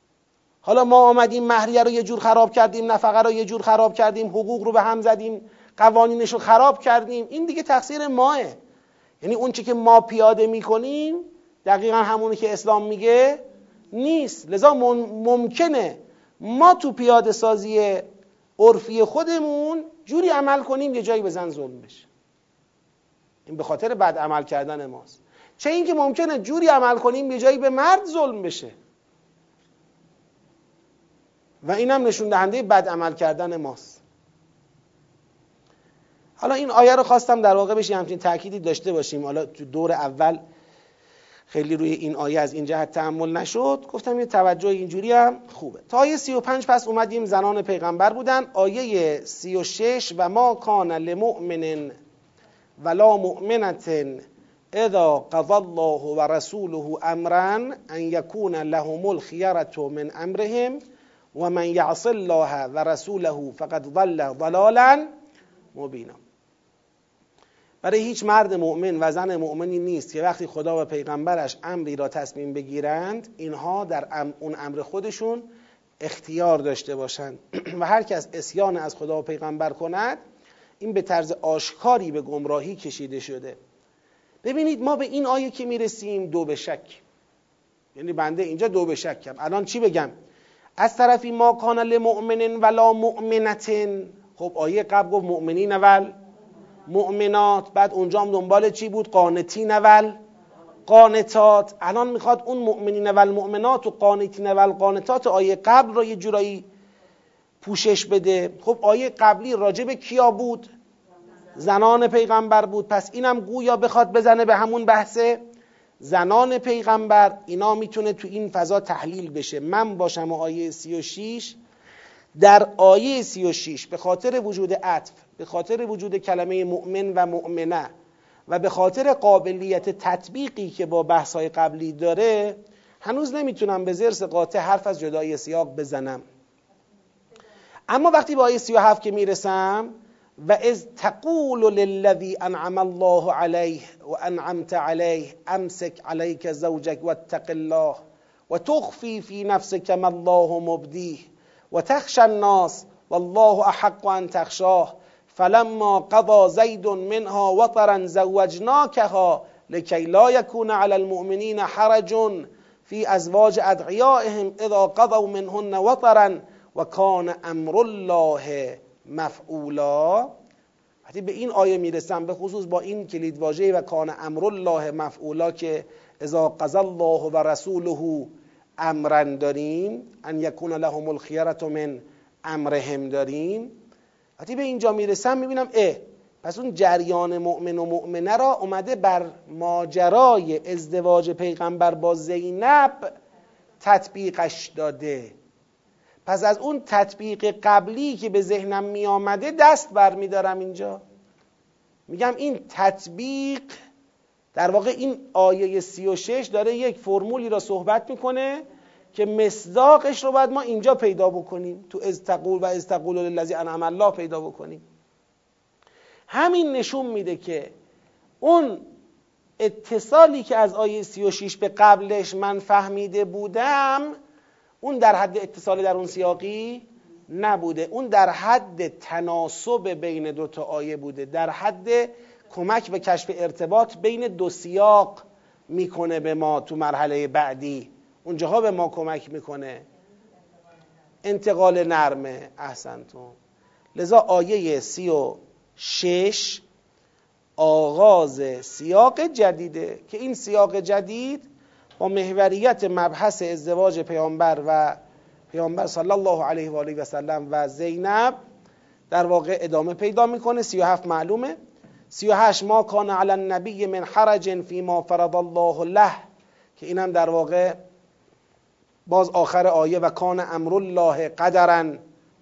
حالا ما آمدیم مهریه رو یه جور خراب کردیم، نفقه رو یه جور خراب کردیم، حقوق رو به هم زدیم، قوانینش رو خراب کردیم، این دیگه تقصیر ماه. یعنی اون چی که ما پیاده میکنیم دقیقا همونی که اسلام میگه نیست. لذا ممکنه ما تو پیاده سازی عرفی خودمون جوری عمل کنیم یه جایی به زن ظلم بشه، این به خاطر بد عمل کردن ماست. چه اینکه ممکنه جوری عمل کنیم یه جایی به مرد ظلم بشه و اینم نشون دهنده بد عمل کردن ماست. حالا این آیه رو خواستم در واقع بشه همچین تأکیدی داشته باشیم. حالا تو دور اول خیلی روی این آیه از این جهت تأمل نشد، گفتم یه توجه اینجوری هم خوبه. تا آیه 35 پس اومدیم زنان پیغمبر بودن. آیه 36 و ما کان لمؤمن ولا مؤمنة اذا قضى الله ورسوله امرا ان یکون لهم الخیرة من امرهم و من یعص الله ورسوله فقد ضل ضلالا مبینا. برای هیچ مرد مؤمن و زن مؤمنی نیست که وقتی خدا و پیغمبرش امری را تصمیم بگیرند اینها در اون امر خودشون اختیار داشته باشند و هر کس عصیان از خدا و پیغمبر کند این به طرز آشکاری به گمراهی کشیده شده. ببینید ما به این آیه که میرسیم دو به شک، یعنی بنده اینجا دو به شکم. الان چی بگم؟ از طرفی ما کان لمؤمن ولا مؤمنة، خب آیه قبل گفت مؤمنین ول مؤمنات، بعد اونجا هم دنبال چی بود؟ قانتین ول قانتات. الان میخواد اون مؤمنین ول مؤمنات و قانتین ول قانتات آیه قبل را یه جورایی پوشش بده. خب آیه قبلی راجب کیا بود؟ زنان پیغمبر بود. پس اینم گویا بخواد بزنه به همون بحثه زنان پیغمبر. اینا میتونه تو این فضا تحلیل بشه. من باشم و آیه 36 در آیه 36 به خاطر وجود عطف، به خاطر وجود کلمه مؤمن و مؤمنه و به خاطر قابلیت تطبیقی که با بحث‌های قبلی داره هنوز نمیتونم به ضرس قاطع حرف از جدای سیاق بزنم. اما وقتی به آیه 37 که میرسم و اذ تقول للذی انعم الله علیه و انعمت علیه امسک علیک زوجک واتق الله و تخفی فی نفسک ما الله مبدیه و تخشى الناس والله احق ان تخشاه فلما قضى زید منها وطرا زوجناکها لکی لا یکون علی المؤمنین حرج فی ازواج ادعیائهم اذا قضوا منهن وطرا و کان امر الله مفعولا. وقتی به این آیه میرسم به خصوص با این کلیدواژه و کان امر الله مفعولا که اذا قضى الله و رسوله امرا داریم، ان یکون لهم الخیرة من امرهم داریم، وقتی به اینجا میرسم میبینم پس اون جریان مؤمن و مؤمنه را اومده بر ماجرای ازدواج پیغمبر با زینب تطبیقش داده. پس از اون تطبیق قبلی که به ذهنم می آمده دست بر می دارم. اینجا میگم این تطبیق در واقع این آیه 36 داره یک فرمولی را صحبت میکنه که مصداقش رو باید ما اینجا پیدا بکنیم، تو اذ تقول و اذ تقول للذی انعم الله پیدا بکنیم. همین نشون میده که اون اتصالی که از آیه 36 به قبلش من فهمیده بودم اون در حد اتصال در اون سیاقی نبوده، اون در حد تناسب بین دو تا آیه بوده، در حد کمک به کشف ارتباط بین دو سیاق میکنه به ما تو مرحله بعدی، اونجاها به ما کمک میکنه. انتقال نرمه. احسنتون. لذا آیه 36 آغاز سیاق جدیده که این سیاق جدید با محوریت مبحث ازدواج پیامبر و پیامبر صلی الله علیه و آله و سلم و زینب در واقع ادامه پیدا میکنه. 37 معلومه. 38 ما کان علی النبی من حرج فیما فرض الله له، که اینم در واقع باز آخر آیه و کان امر الله قدرا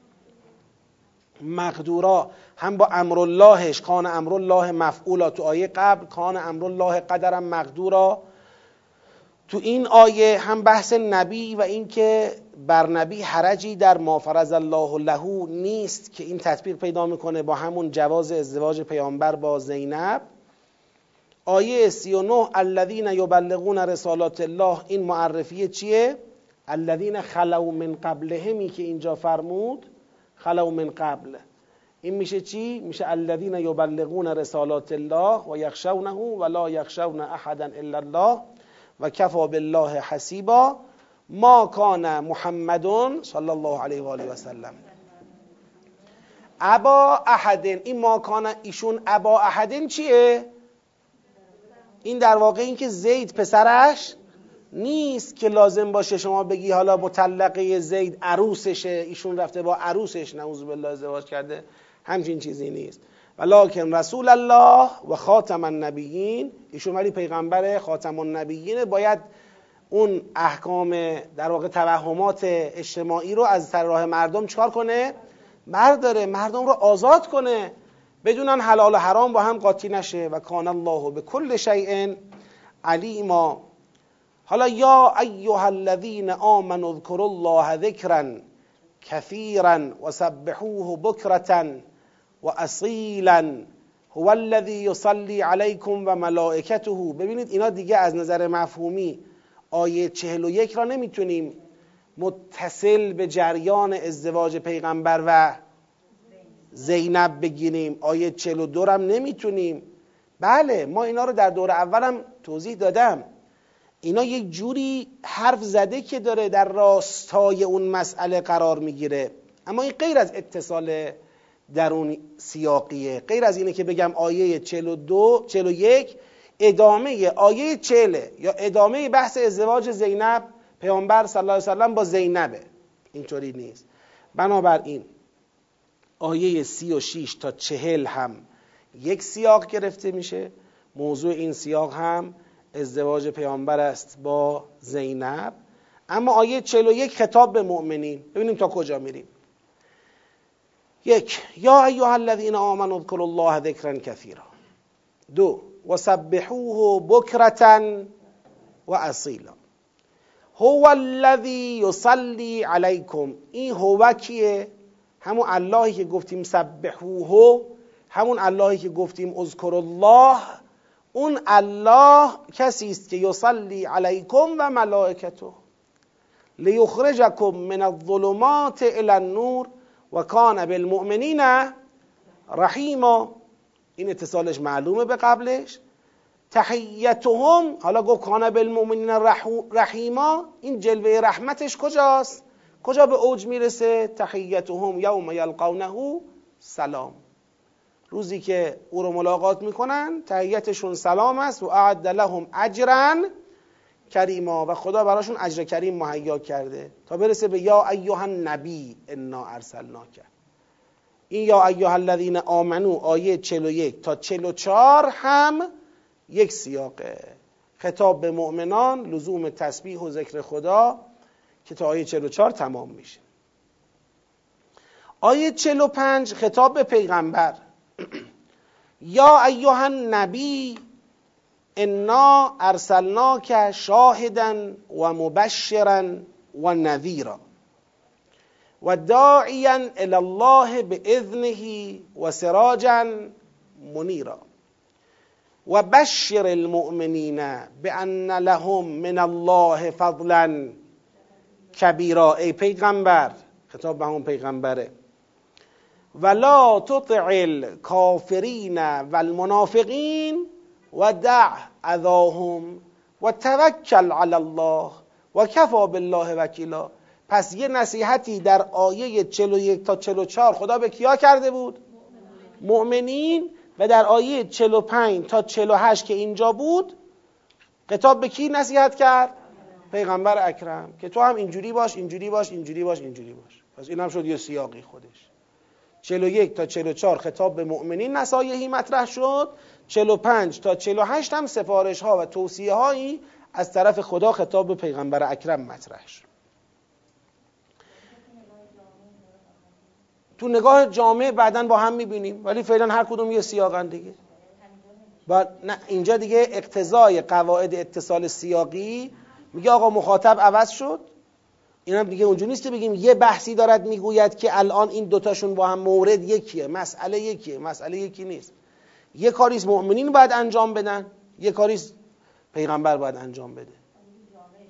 مقدورا، هم با امر اللهش کان امر الله مفعولا تو آیه قبل، کان امر الله قدرا مقدورا تو این آیه، هم بحث نبی و اینکه بر نبی حرجی در ما فرض الله له نیست که این تطبیق پیدا میکنه با همون جواز ازدواج پیامبر با زینب. آیه 39 الذین یبلغون رسالات الله، این معرفی چیه؟ الذین خلو من قبلهمی که اینجا فرمود، خلو من قبل، این میشه چی؟ میشه الذین یبلغون رسالات الله و یخشونه و لا یخشون احدا الا الله و کفی بالله حسیبا ما کان محمد صلی الله علیه و آله و سلم ابا احد. این ما کان ایشون ابا احد چیه؟ این در واقع این که زید پسرش نیست که لازم باشه شما بگی حالا مطلقه زید عروسشه، ایشون رفته با عروسش نعوذ بالله ازدواج کرده، همچین چیزی نیست. ولکن رسول الله و خاتم النبیین، ایشون ولی پیغمبر خاتم النبیین، باید اون احکام در واقع توهمات اجتماعی رو از سر راه مردم چکار کنه؟ برداره، مردم رو آزاد کنه، بدونن حلال و حرام با هم قاطی نشه. و کان الله بكل شیء علیما. حالا یا ایها الذین آمنوا اذکروا الله ذکرا کثیرا وسبحوه بکرة واصیلا هو الذی یصلی علیکم و ملائکته. ببینید اینا دیگه از نظر مفهومی آیه 41 را نمیتونیم متصل به جریان ازدواج پیغمبر و زینب بگیریم، آیه 42 هم نمیتونیم. بله ما اینا رو در دور اولم توضیح دادم، اینا یک جوری حرف زده که داره در راستای اون مسئله قرار میگیره، اما این غیر از اتصال درون سیاقیه، غیر از اینه که بگم آیه 41 ادامه آیه 40 یا ادامه بحث ازدواج زینب پیامبر صلی الله علیه وسلم با زینبه، اینطوری نیست. بنابراین آیه 36 تا 40 هم یک سیاق گرفته میشه، موضوع این سیاق هم ازدواج پیامبر است با زینب. اما آیه 41 خطاب به مؤمنین، ببینیم تا کجا میریم. 1 یا ایها الذین آمنوا اذکروا الله ذکرا کثیرا. 2 وسبحوه بکرة واصیلا هو الذی یصلی علیکم. این هو کیه؟ همون اللهی که گفتیم سبحوه، همون اللهی که گفتیم اذکر الله، اون الله کسی است که یصلی علیکم و ملائکته لیخرجکم من الظلمات الی النور و کان بالمؤمنین رحیما. این اتصالش معلومه به قبلش. تحیتهم، حالا گفت کان بالمؤمنین رحیما، این جلوه رحمتش کجاست؟ کجا به اوج میرسه؟ تحیتهم یوم یلقونه سلام. روزی که او رو ملاقات میکنن تحیتشون سلام است. و اعد لهم اجرا کریما، و خدا براشون اجر کریم مهیا کرده تا برسه به یا ایها النبی انا ارسلناک. این یا ایها الذین آمنو آیه 41 تا 44 هم یک سیاقه، خطاب به مؤمنان، لزوم تسبیح و ذکر خدا که تا آیه 44 تمام میشه. آیه 45 خطاب به پیغمبر یا ایها النبی انا ارسلناک شاهدا و مبشرا و نذیرا و داعیا الی الله باذنه و سراجا منیرا و بشر المؤمنین بان لهم من الله فضلا کبیرا. ای پیغمبر، خطاب به همون پیغمبره، ولا تطع الکافرین والمنافقین و دع اذاهم و توکل علی الله و کفی بالله وکیلا. پس یه نصیحتی در آیه 41 تا 44 خدا به کیا کرده بود؟ مؤمنین. و در آیه 45 تا 48 که اینجا بود خطاب به کی نصیحت کرد؟ پیغمبر اکرم، که تو هم اینجوری باش، اینجوری باش، اینجوری باش، اینجوری باش. پس این هم شد یه سیاقی خودش. 41 تا 44 خطاب به مؤمنین نصایحی مطرح شد، 45 تا 48 هم سفارش ها و توصیه هایی از طرف خدا خطاب به پیغمبر اکرم مطرح شد. تو نگاه جامع بعداً با هم میبینیم، ولی فعلا هر کدوم یه سیاقن دیگه. نه اینجا دیگه اقتضای قواعد اتصال سیاقی میگه آقا مخاطب عوض شد. این هم دیگه اونجوری نیست که بگیم یه بحثی دارد میگوید که الان این دوتاشون با هم مورد یکیه، مسئله یکیه، مسئله یکی نیست. یه کاریست مؤمنین باید انجام بدن، یه کاریست پیغمبر باید انجام بده.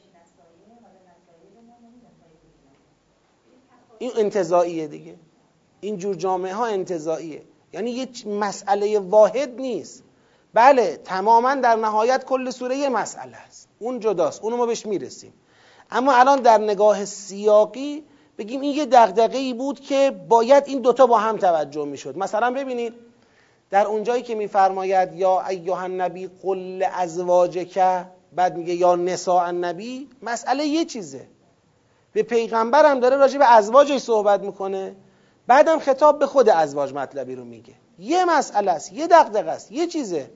این انتزاعیه دیگه. اینجور جامعه ها انتزاعیه، یعنی یه مسئله واحد نیست. بله تماما در نهایت کل سوره یه مسئله است، اون جداست، اونو ما بهش میرسیم. اما الان در نگاه سیاقی بگیم این یه دغدغه‌ای بود که باید این دوتا با هم توجه میشد. مثلا ببینید در اونجایی که میفرماید یا ایها النبی قل لازواجک، بعد میگه یا نساء النبی، مسئله یه چیزه، به پیغمبرم داره راجع به ازواجش صحبت میکنه، بعدم خطاب به خود ازواج مطلبی رو میگه. یه مسئله است، یه دغدغه است، یه چیزه.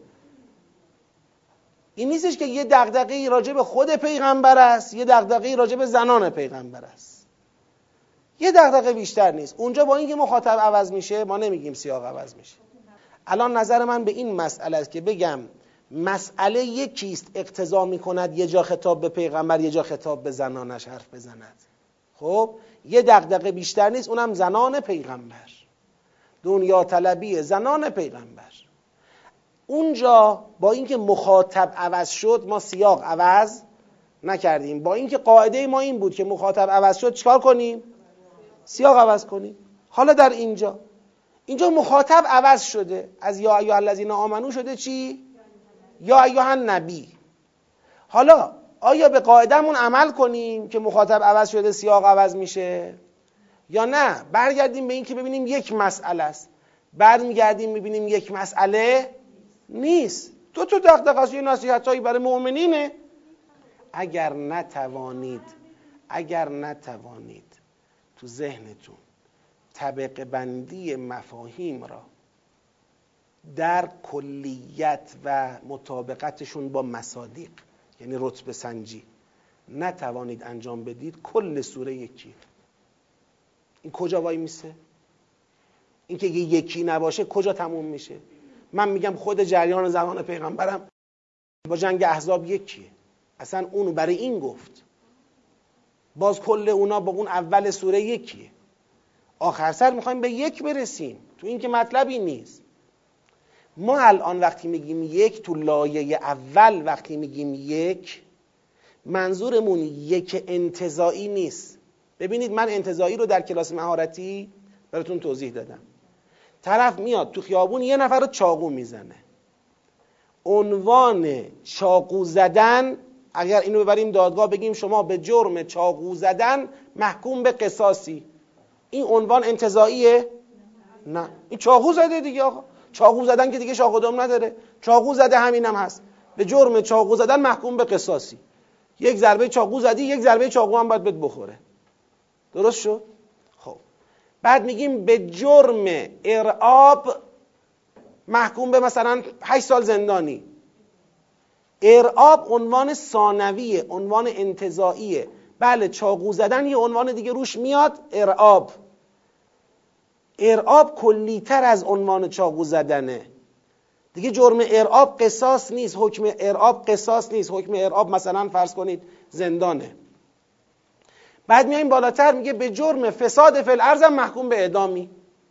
این نیستش که یه دغدغه‌ای راجع به خود پیغمبر است، یه دغدغه‌ای راجع به زنان پیغمبر است. یه دغدغه بیشتر نیست. اونجا با اینکه مخاطب عوض میشه ما نمیگیم سیاق عوض میشه. الان نظر من به این مسئله است که بگم مسئله یکیست، اقتضا میکند یه جا خطاب به پیغمبر یه جا خطاب به زنانش حرف بزند. خب یه دغدغه بیشتر نیست، اونم زنان پیغمبر، دنیا طلبی زنان پیغمبر. اونجا با اینکه مخاطب عوض شد ما سیاق عوض نکردیم. با اینکه قاعده ما این بود که مخاطب عوض شد چیکار کنیم؟ سیاق عوض کنیم. حالا در اینجا مخاطب عوض شده، از یا ایها الذین آمنو شده چی؟ یا ایها النبی. حالا آیا به قاعدمون عمل کنیم که مخاطب عوض شده سیاق عوض میشه یا نه برگردیم به این که ببینیم یک مسئله است؟ برمیگردیم میبینیم یک مسئله نیست، تو دغدغه است، یه نصیحتایی برای مؤمنینه. اگر نتوانید تو ذهنتون طبقه بندی مفاهیم را در کلیت و مطابقتشون با مصادیق، یعنی رتبه سنجی، نتوانید انجام بدید، کل سوره یکیه. این کجا وای میسه؟ این که یکی نباشه کجا تموم میشه؟ من میگم خود جریان زمان پیغمبرم با جنگ احزاب یکیه، اصلا اونو برای این گفت. باز کل اونا با اون اول سوره یکیه. آخر سر میخوایم به یک برسیم، تو این که مطلبی نیست. ما الان وقتی میگیم یک، تو لایه اول وقتی میگیم یک، منظورمون یک انتزاعی نیست. ببینید من انتزاعی رو در کلاس مهارتی براتون توضیح دادم. طرف میاد تو خیابون یه نفر رو چاقو میزنه، عنوان چاقو زدن، اگر اینو ببریم دادگاه بگیم شما به جرم چاقو زدن محکوم به قصاصی، این عنوان انتزاعیه؟ نه، این چاقو زده دیگه آقا. چاقو زدن که دیگه شاخ و دم نداره، چاقو زده همینم هست، به جرم چاقو زدن محکوم به قصاصی. یک ضربه چاقو زدی، یک ضربه چاقو هم باید بهت بخوره. درست شد؟ خب بعد میگیم به جرم ارعاب محکوم به مثلا 8 سال زندانی. ارعاب عنوان ثانویه، عنوان انتزاعیه. بله چاقو زدن یه عنوان دیگه روش میاد، ارعاب. ارعاب کلی‌تر از عنوان چاقو زدنه دیگه. جرم ارعاب قصاص نیست، حکم ارعاب قصاص نیست، حکم ارعاب مثلا فرض کنید زندانه. بعد میایم بالاتر میگه به جرم فساد فی الارض محکوم به اعدامی.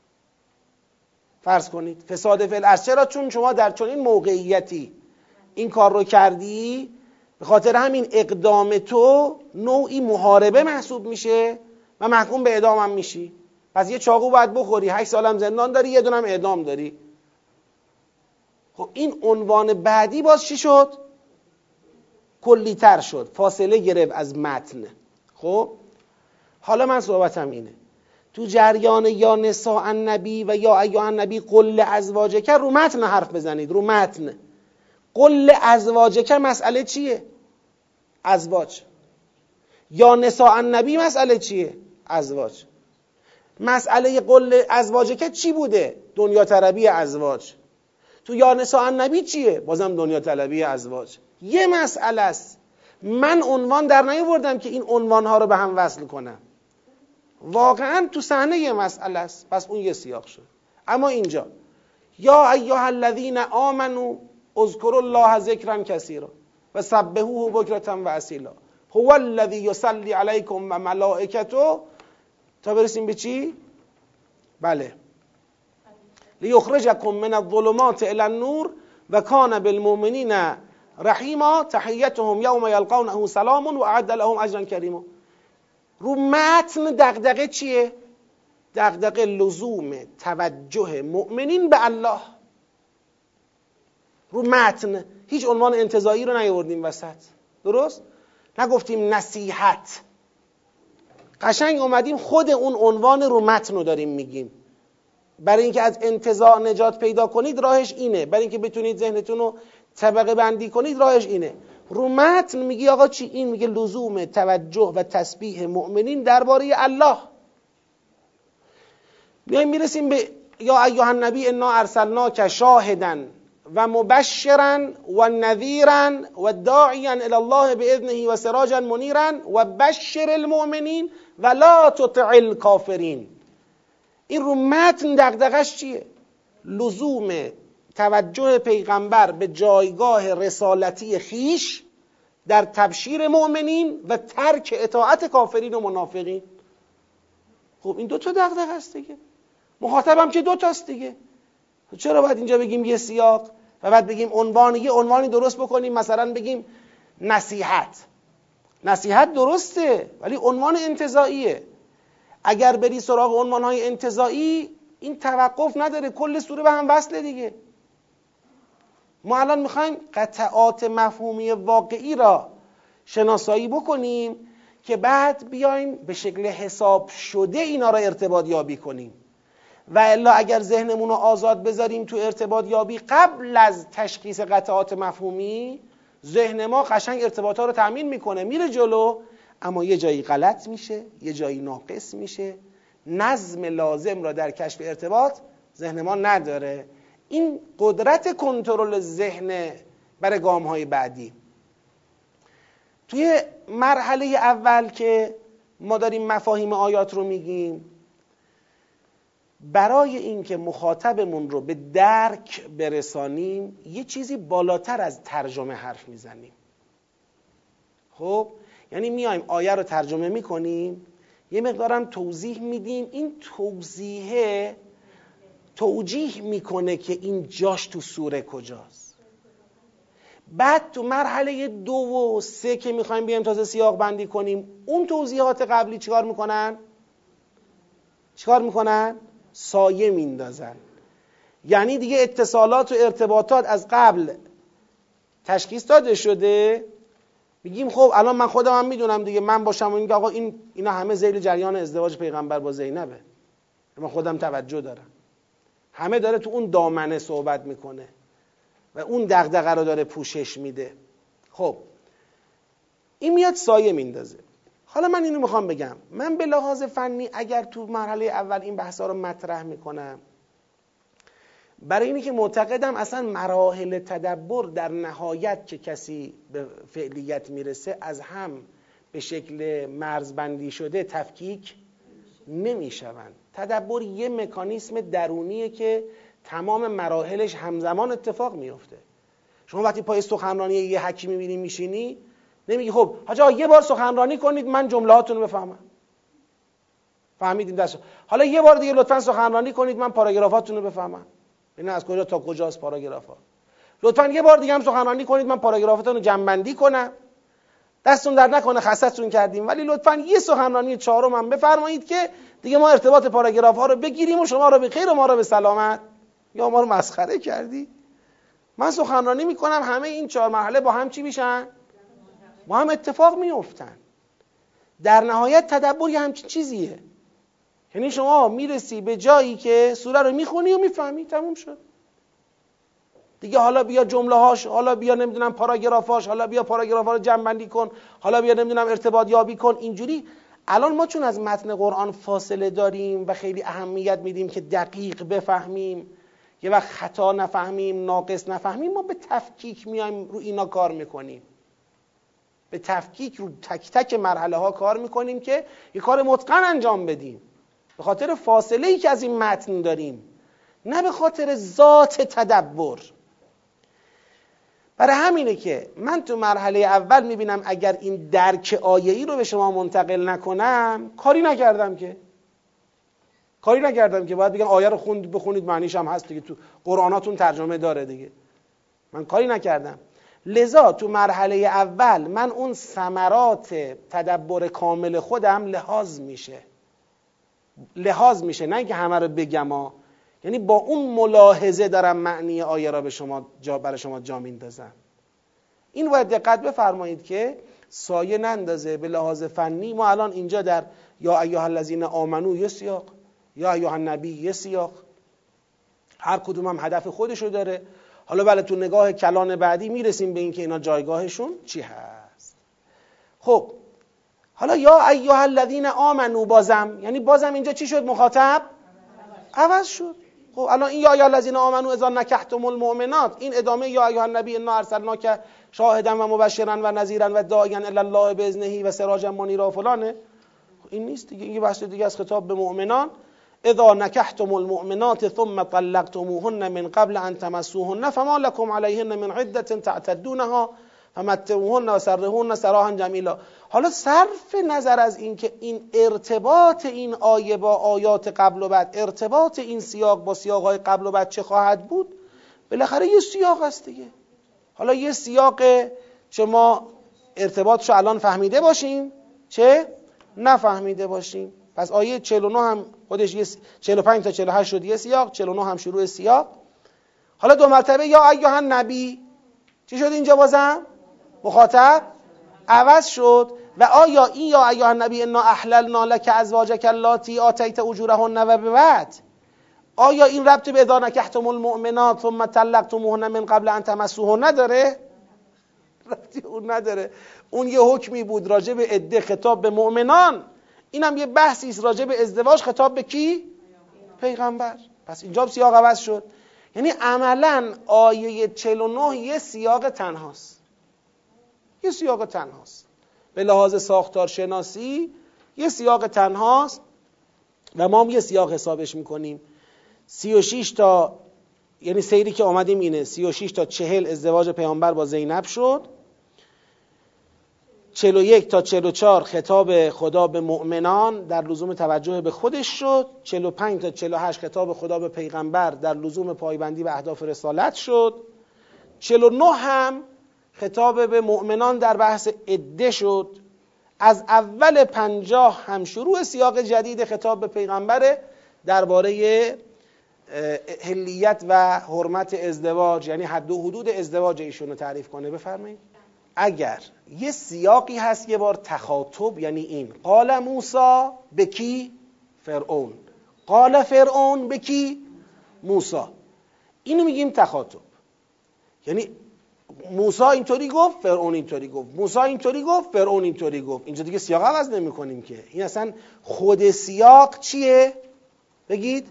فرض کنید فساد فی الارض، چرا؟ چون شما در چنین موقعیتی این کار رو کردی، به خاطر همین اقدام تو نوعی محاربه محسوب میشه و محکوم به اعدام هم میشی. پس یه چاقو باید بخوری، 8 سال هم زندان داری، یه دونم اعدام داری. خب این عنوان بعدی باز چی شد؟ کلی‌تر شد، فاصله گرفت از متن. خب حالا من صحبتم اینه، تو جریان یا نساء النبی و یا ایها النبی قل لازواجک رو متن حرف بزنید، رو متن. قل لازواجک مسئله چیه؟ ازواج. یا نساء النبی مسئله چیه؟ ازواج. مسئله قل ازواجک چی بوده؟ دنیا طلبی ازواج. تو یا نساء النبی چیه؟ بازم دنیا طلبی ازواج. یه مسئله است. من عنوان در نیاوردم که این عنوانها رو به هم وصل کنم. واقعا تو صحنه یه مسئله است، پس اون یه سیاق شد. اما اینجا یا ایها الذین آمنوا اذکروا الله ذکرا کثیرا و سبحوه بکرة و اصیلا هو الذی یصلی علیکم و ملائکته، تا برسیم به چی؟ بله، لیخرجکم من الظلمات الی النور و کان بالمؤمنین رحیما تحیتهم یوم یلقونه سلام و اعد لهم اجرا کریما. رو متن دغدغه چیه؟ دغدغه لزوم توجه مؤمنین به الله. رو متن هیچ عنوان انتزاعی رو نیاوردیم وسط، درست؟ نگفتیم نصیحت، قشنگ اومدیم خود اون عنوان رو متن رو داریم میگیم. برای اینکه از انتزاع نجات پیدا کنید راهش اینه، برای اینکه بتونید ذهنتون رو طبقه بندی کنید راهش اینه. رو متن میگی آقا چی؟ این میگه لزوم توجه و تسبیح مؤمنین درباره الله. میایم میرسیم به یا ایها النبی انا ارسلناک شاهدا و مبشرا و نذیرا و داعیا الی الله باذنه و سراجا منیرا و بشر المؤمنین و لا تطع الکافرین. این رو متن دغدغش چیه؟ لزوم توجه پیغمبر به جایگاه رسالتی خیش در تبشیر مؤمنین و ترک اطاعت کافرین و منافقین. خب این دوتا دغدغه است دیگه، مخاطبم که دوتاست دیگه. چرا باید اینجا بگیم یه سیاق و بعد بگیم یه عنوانی درست بکنیم، مثلا بگیم نصیحت. نصیحت درسته ولی عنوان انتزاعیه. اگر بری سراغ عنوانهای انتزاعی این توقف نداره، کل سوره به هم وصله دیگه. ما الان میخوایم قطعات مفهومی واقعی را شناسایی بکنیم که بعد بیایم به شکل حساب شده اینا را ارتباط یابی کنیم. و الا اگر ذهنمون رو آزاد بذاریم تو ارتباط یابی قبل از تشخیص قطعات مفهومی، ذهن ما قشنگ ارتباطات رو تأمین میکنه، میره جلو، اما یه جایی غلط میشه، یه جایی ناقص میشه، نظم لازم را در کشف ارتباط ذهن ما نداره. این قدرت کنترل ذهن برای گام‌های بعدی. توی مرحله اول که ما داریم مفاهیم آیات رو میگیم، برای اینکه مخاطبمون رو به درک برسانیم یه چیزی بالاتر از ترجمه حرف میزنیم. خب یعنی میایم آیه رو ترجمه میکنیم، یه مقدارم توضیح میدیم، این توجیه میکنه که این جاش تو سوره کجاست. بعد تو مرحله 2 و 3 که میخوایم بیایم تازه سیاق بندی کنیم، اون توضیحات قبلی چیکار میکنن؟ سایه میندازن. یعنی دیگه اتصالات و ارتباطات از قبل تشخیص داده شده، میگیم خب الان من خودم هم میدونم دیگه، من باشم و اینکه آقا اینا همه ذیل جریان ازدواج پیغمبر با زینبه، من خودم توجه دارم، همه داره تو اون دامنه صحبت میکنه و اون دغدغه رو داره پوشش میده. خب این میاد سایه میندازه. حالا من اینو میخوام بگم، من به لحاظ فنی اگر تو مرحله اول این بحثا رو مطرح میکنم، برای اینی که معتقدم اصلا مراحل تدبر در نهایت که کسی به فعلیت میرسه از هم به شکل مرزبندی شده تفکیک نمیشوند. تدبر یه مکانیسم درونیه که تمام مراحلش همزمان اتفاق میفته. شما وقتی پای سخنرانی یه حکیمی میبینی میشینی، نمیگی خب حاجی یه بار سخنرانی کنید من جملهاتون رو بفهمم. فهمیدیم دست. حالا یه بار دیگه لطفاً سخنرانی کنید من پاراگرافاتون رو بفهمم. اینا از کجا تا کجاست پاراگرافا؟ لطفاً یه بار دیگه هم سخنرانی کنید من پاراگرافتون رو جمع‌بندی کنم. دستون در نکنه خستتون کردیم، ولی لطفاً یه سخنرانی چهارم هم بفرمایید که دیگه ما ارتباط پاراگراف ها رو بگیریم و شما رو به خیر و ما رو به سلامت. یا ما رو مسخره کردی؟ من سخنرانی میکنم همه این 4 مرحله با هم چی میشن؟ با هم اتفاق میافتن. در نهایت تدبر یه همچین چیزیه. یعنی شما میرسی به جایی که سوره رو میخونی و میفهمی، تموم شد دیگه. حالا بیا جمله هاش، حالا بیا نمیدونم پاراگرافاش، حالا بیا پاراگرافا رو جمع بندی کن، حالا بیا نمیدونم ارتباط یابی کن. اینجوری الان ما چون از متن قرآن فاصله داریم و خیلی اهمیت میدیم که دقیق بفهمیم، یه وقت خطا نفهمیم، ناقص نفهمیم، ما به تفکیک میایم رو اینا کار میکنیم، به تفکیک رو تک تک مرحله ها کار میکنیم که یه کار متقن انجام بدیم، به خاطر فاصله ای که از این متن داریم، نه به خاطر ذات تدبر. برای همینه که من تو مرحله اول میبینم اگر این درک آیه‌ای رو به شما منتقل نکنم کاری نکردم که باید بگم آیه رو بخونید معنیش هم هست دیگه، تو قرآناتون ترجمه داره دیگه. من کاری نکردم. لذا تو مرحله اول من اون ثمرات تدبر کامل خودم لحاظ میشه، لحاظ میشه، نه اینکه همه رو بگم ها. یعنی با اون ملاحظه دارم معنی آیه را به شما برای شما جا میندازم. این باید دقت بفرمایید که سایه نندازه. به لحاظ فنی ما الان اینجا در یا ایها الذین آمنو یه سیاق، یا ایها النبی یه سیاق، هر کدوم هم هدف خودشو داره. حالا بله تو نگاه کلان بعدی میرسیم به این که اینا جایگاهشون چی هست. خب حالا یا ایها الذین آمنو بازم، یعنی بازم اینجا چی شد؟ مخاطب عوض شد. خب الان این یا ایها الذین آمنو اذا نکحتم المؤمنات، این ادامه یا ایها النبی انا ارسلناک شاهدا و مبشرا و نذیرا و داعیا الی الله باذنه و سراجا منیرا و فلانه. این نیست دیگه، این بحث دیگه از خطاب به مؤمنان. اذا نکحتم المؤمنات ثم طلقتموهن من قبل ان تمسوهن فما لكم عليهن من عده تعتدونها فمتعوهن وسرحوهن سراحا جمیلا. حالا صرف نظر از این که این ارتباط این آیه با آیات قبل و بعد، ارتباط این سیاق با سیاق‌های قبل و بعد چه خواهد بود، بالاخره یه سیاق هست دیگه. حالا یه سیاق چه ما ارتباطشو الان فهمیده باشیم چه نفهمیده باشیم. پس آیه 49 هم خودش یه 45 تا 48 شد یه سیاق، 49 هم شروع سیاق. حالا دو مرتبه یا ایها النبی چی شد اینجا؟ بازم مخاطب عوض شد. و آیا این یا ایها النبی انا احللنا لک ازواجک اللاتی آتیت اجورهن و بعد، آیا این ربط به اذا نکحتم المؤمنات ثم طلقتموهن من قبل ان تمسوهن نداره؟ ربطی اون نداره. اون یه حکمی بود راجع به عده خطاب به مؤمنان، اینم یه بحثی است راجع به ازدواج خطاب به کی؟ پیغمبر. پس اینجا سیاق عوض شد. یعنی عملاً آیه 49 یه سیاق تنهاست، یه سیاق تنهاست به لحاظ ساختار شناسی، یه سیاق تنهاست و ما هم یه سیاق حسابش میکنیم. 36 تا، یعنی سیری که آمدیم اینه، 36 تا 40 ازدواج پیامبر با زینب شد، 41 تا 44 خطاب خدا به مؤمنان در لزوم توجه به خودش شد، 45 تا 48 خطاب خدا به پیغمبر در لزوم پایبندی به اهداف رسالت شد، 49 هم خطاب به مؤمنان در بحث عده شد. از اول 50 هم شروع سیاق جدید خطاب به پیغمبر درباره حلیت و حرمت ازدواج، یعنی حد و حدود ازدواج ایشون رو تعریف کنه. بفرمایید. اگر یه سیاقی هست یه بار تخاطب، یعنی این قال موسی به کی؟ فرعون. قال فرعون به کی؟ موسی. اینو میگیم تخاطب. یعنی موسی اینطوری گفت، فرعون اینطوری گفت، موسی اینطوری گفت، فرعون اینطوری گفت. اینجا دیگه سیاق عوض نمی کنیم که. این اصلا خود سیاق چیه؟ بگید.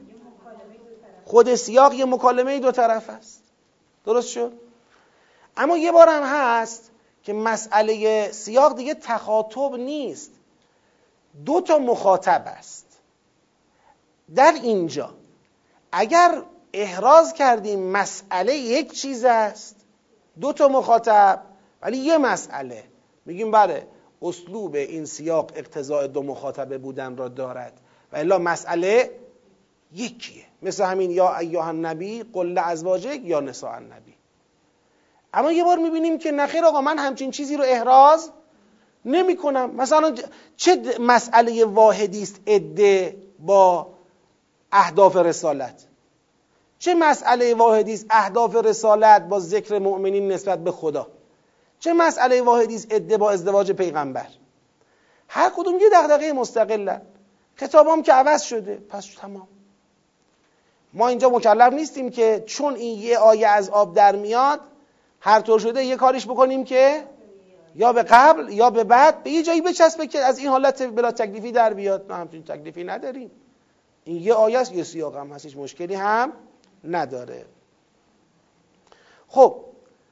خود سیاق یه مکالمه دو طرف است. درست شد؟ اما یه بار هم هست که مسئله سیاق دیگه تخاطب نیست، دو تا مخاطب است. در اینجا اگر احراز کردیم مسئله یک چیز است، دو تا مخاطب ولی یه مسئله، میگیم بله اسلوب این سیاق اقتضاء دو مخاطبه بودن را دارد و الا مسئله یکیه. مثل همین یا ایها النبی قل لازواجک یا نساء النبی. اما یه بار میبینیم که نخیر آقا من همچین چیزی رو احراز نمی کنم. مثلا چه مسئله واحدی است عده با اهداف رسالت؟ چه مسئله واحدی است اهداف رسالت با ذکر مؤمنین نسبت به خدا؟ چه مسئله واحدی است عده با ازدواج پیغمبر؟ هر کدوم یه دغدغه مستقلن. خطابام که عوض شده پس تمام. ما اینجا مکلف نیستیم که چون این یه آیه از آب در میاد هر طور شده یه کاریش بکنیم که یا به قبل یا به بعد به یه جایی بچسبه که از این حالت بلا تکلیفی در بیاد. ما همچین تکلیفی نداریم. این یه آیه است، یه سیاق هم هست، هیچ مشکلی هم نداره. خب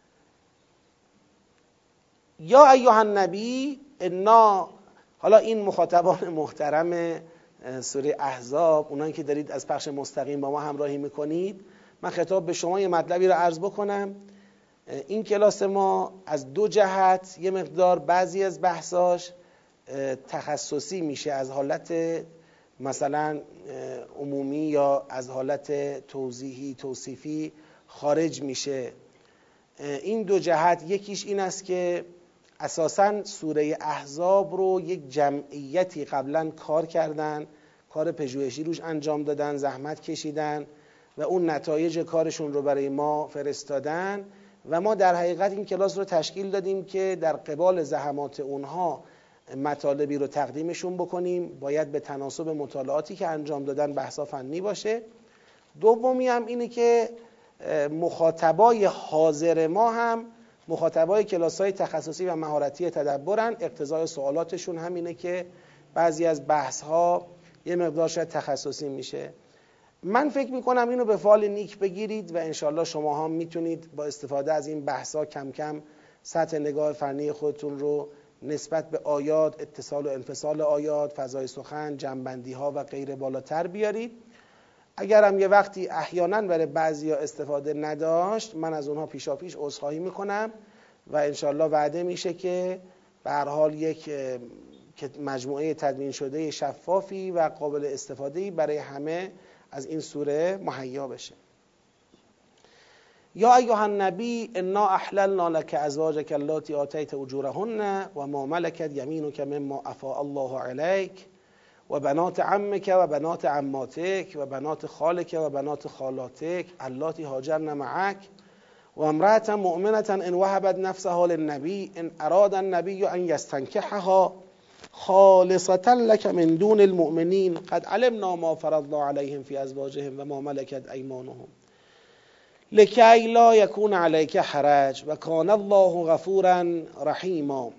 یا ایها النبی انا، حالا این مخاطبان محترم سوره احزاب، اونایی که دارید از پخش مستقیم با ما همراهی میکنید، من خطاب به شما یه مطلبی رو عرض بکنم. این کلاس ما از دو جهت یه مقدار بعضی از بحثاش تخصصی میشه، از حالت مثلا عمومی یا از حالت توضیحی توصیفی خارج میشه. این دو جهت، یکیش این است که اساساً سوره احزاب رو یک جمعیتی قبلا کار کردن، کار پژوهشی روش انجام دادن، زحمت کشیدن و اون نتایج کارشون رو برای ما فرستادن و ما در حقیقت این کلاس رو تشکیل دادیم که در قبال زحمات اونها مطالبی رو تقدیمشون بکنیم. باید به تناسب مطالعاتی که انجام دادن بحثا فنی باشه. دومی هم اینه که مخاطبای حاضر ما هم مخاطبای کلاس‌های تخصصی و مهارتی تدبرن. اقتضای سوالاتشون همینه که بعضی از بحث‌ها یه مقدار شاید تخصصی میشه. من فکر میکنم اینو به فال نیک بگیرید و انشالله شما هم میتونید با استفاده از این بحث‌ها کم کم سطح نگاه فنی خودتون رو نسبت به آیات، اتصال و انفصال آیات، فضای سخن، جنبندی‌ها و غیره بالاتر بیارید. اگر هم یه وقتی احیانا برای بعضیا استفاده نداشت، من از اونها پیشاپیش عذرخواهی میکنم و انشالله وعده میشه که به هر حال یک مجموعه تدوین شده شفافی و قابل استفاده‌ای برای همه از این سوره مهیا بشه. یا ایها النبی انا احللنا لك ازواجك اللاتی آتیت اجورهن و ما ملکت یمینک مما افاء الله علیک و بنات عمک و بنات عماتک و بنات خالک و بنات خالاتک اللاتی هاجرن معک و امرأة مؤمنة ان وهبت نفسها للنبی ان اراد النبی ان یستنکحها خالصة لك من دون المؤمنین قد علمنا ما فرض الله علیهم فی ازواجهم و ما ملکت ایمانهم لکی لا یکون علیک حرج و کان الله غفورا رحیما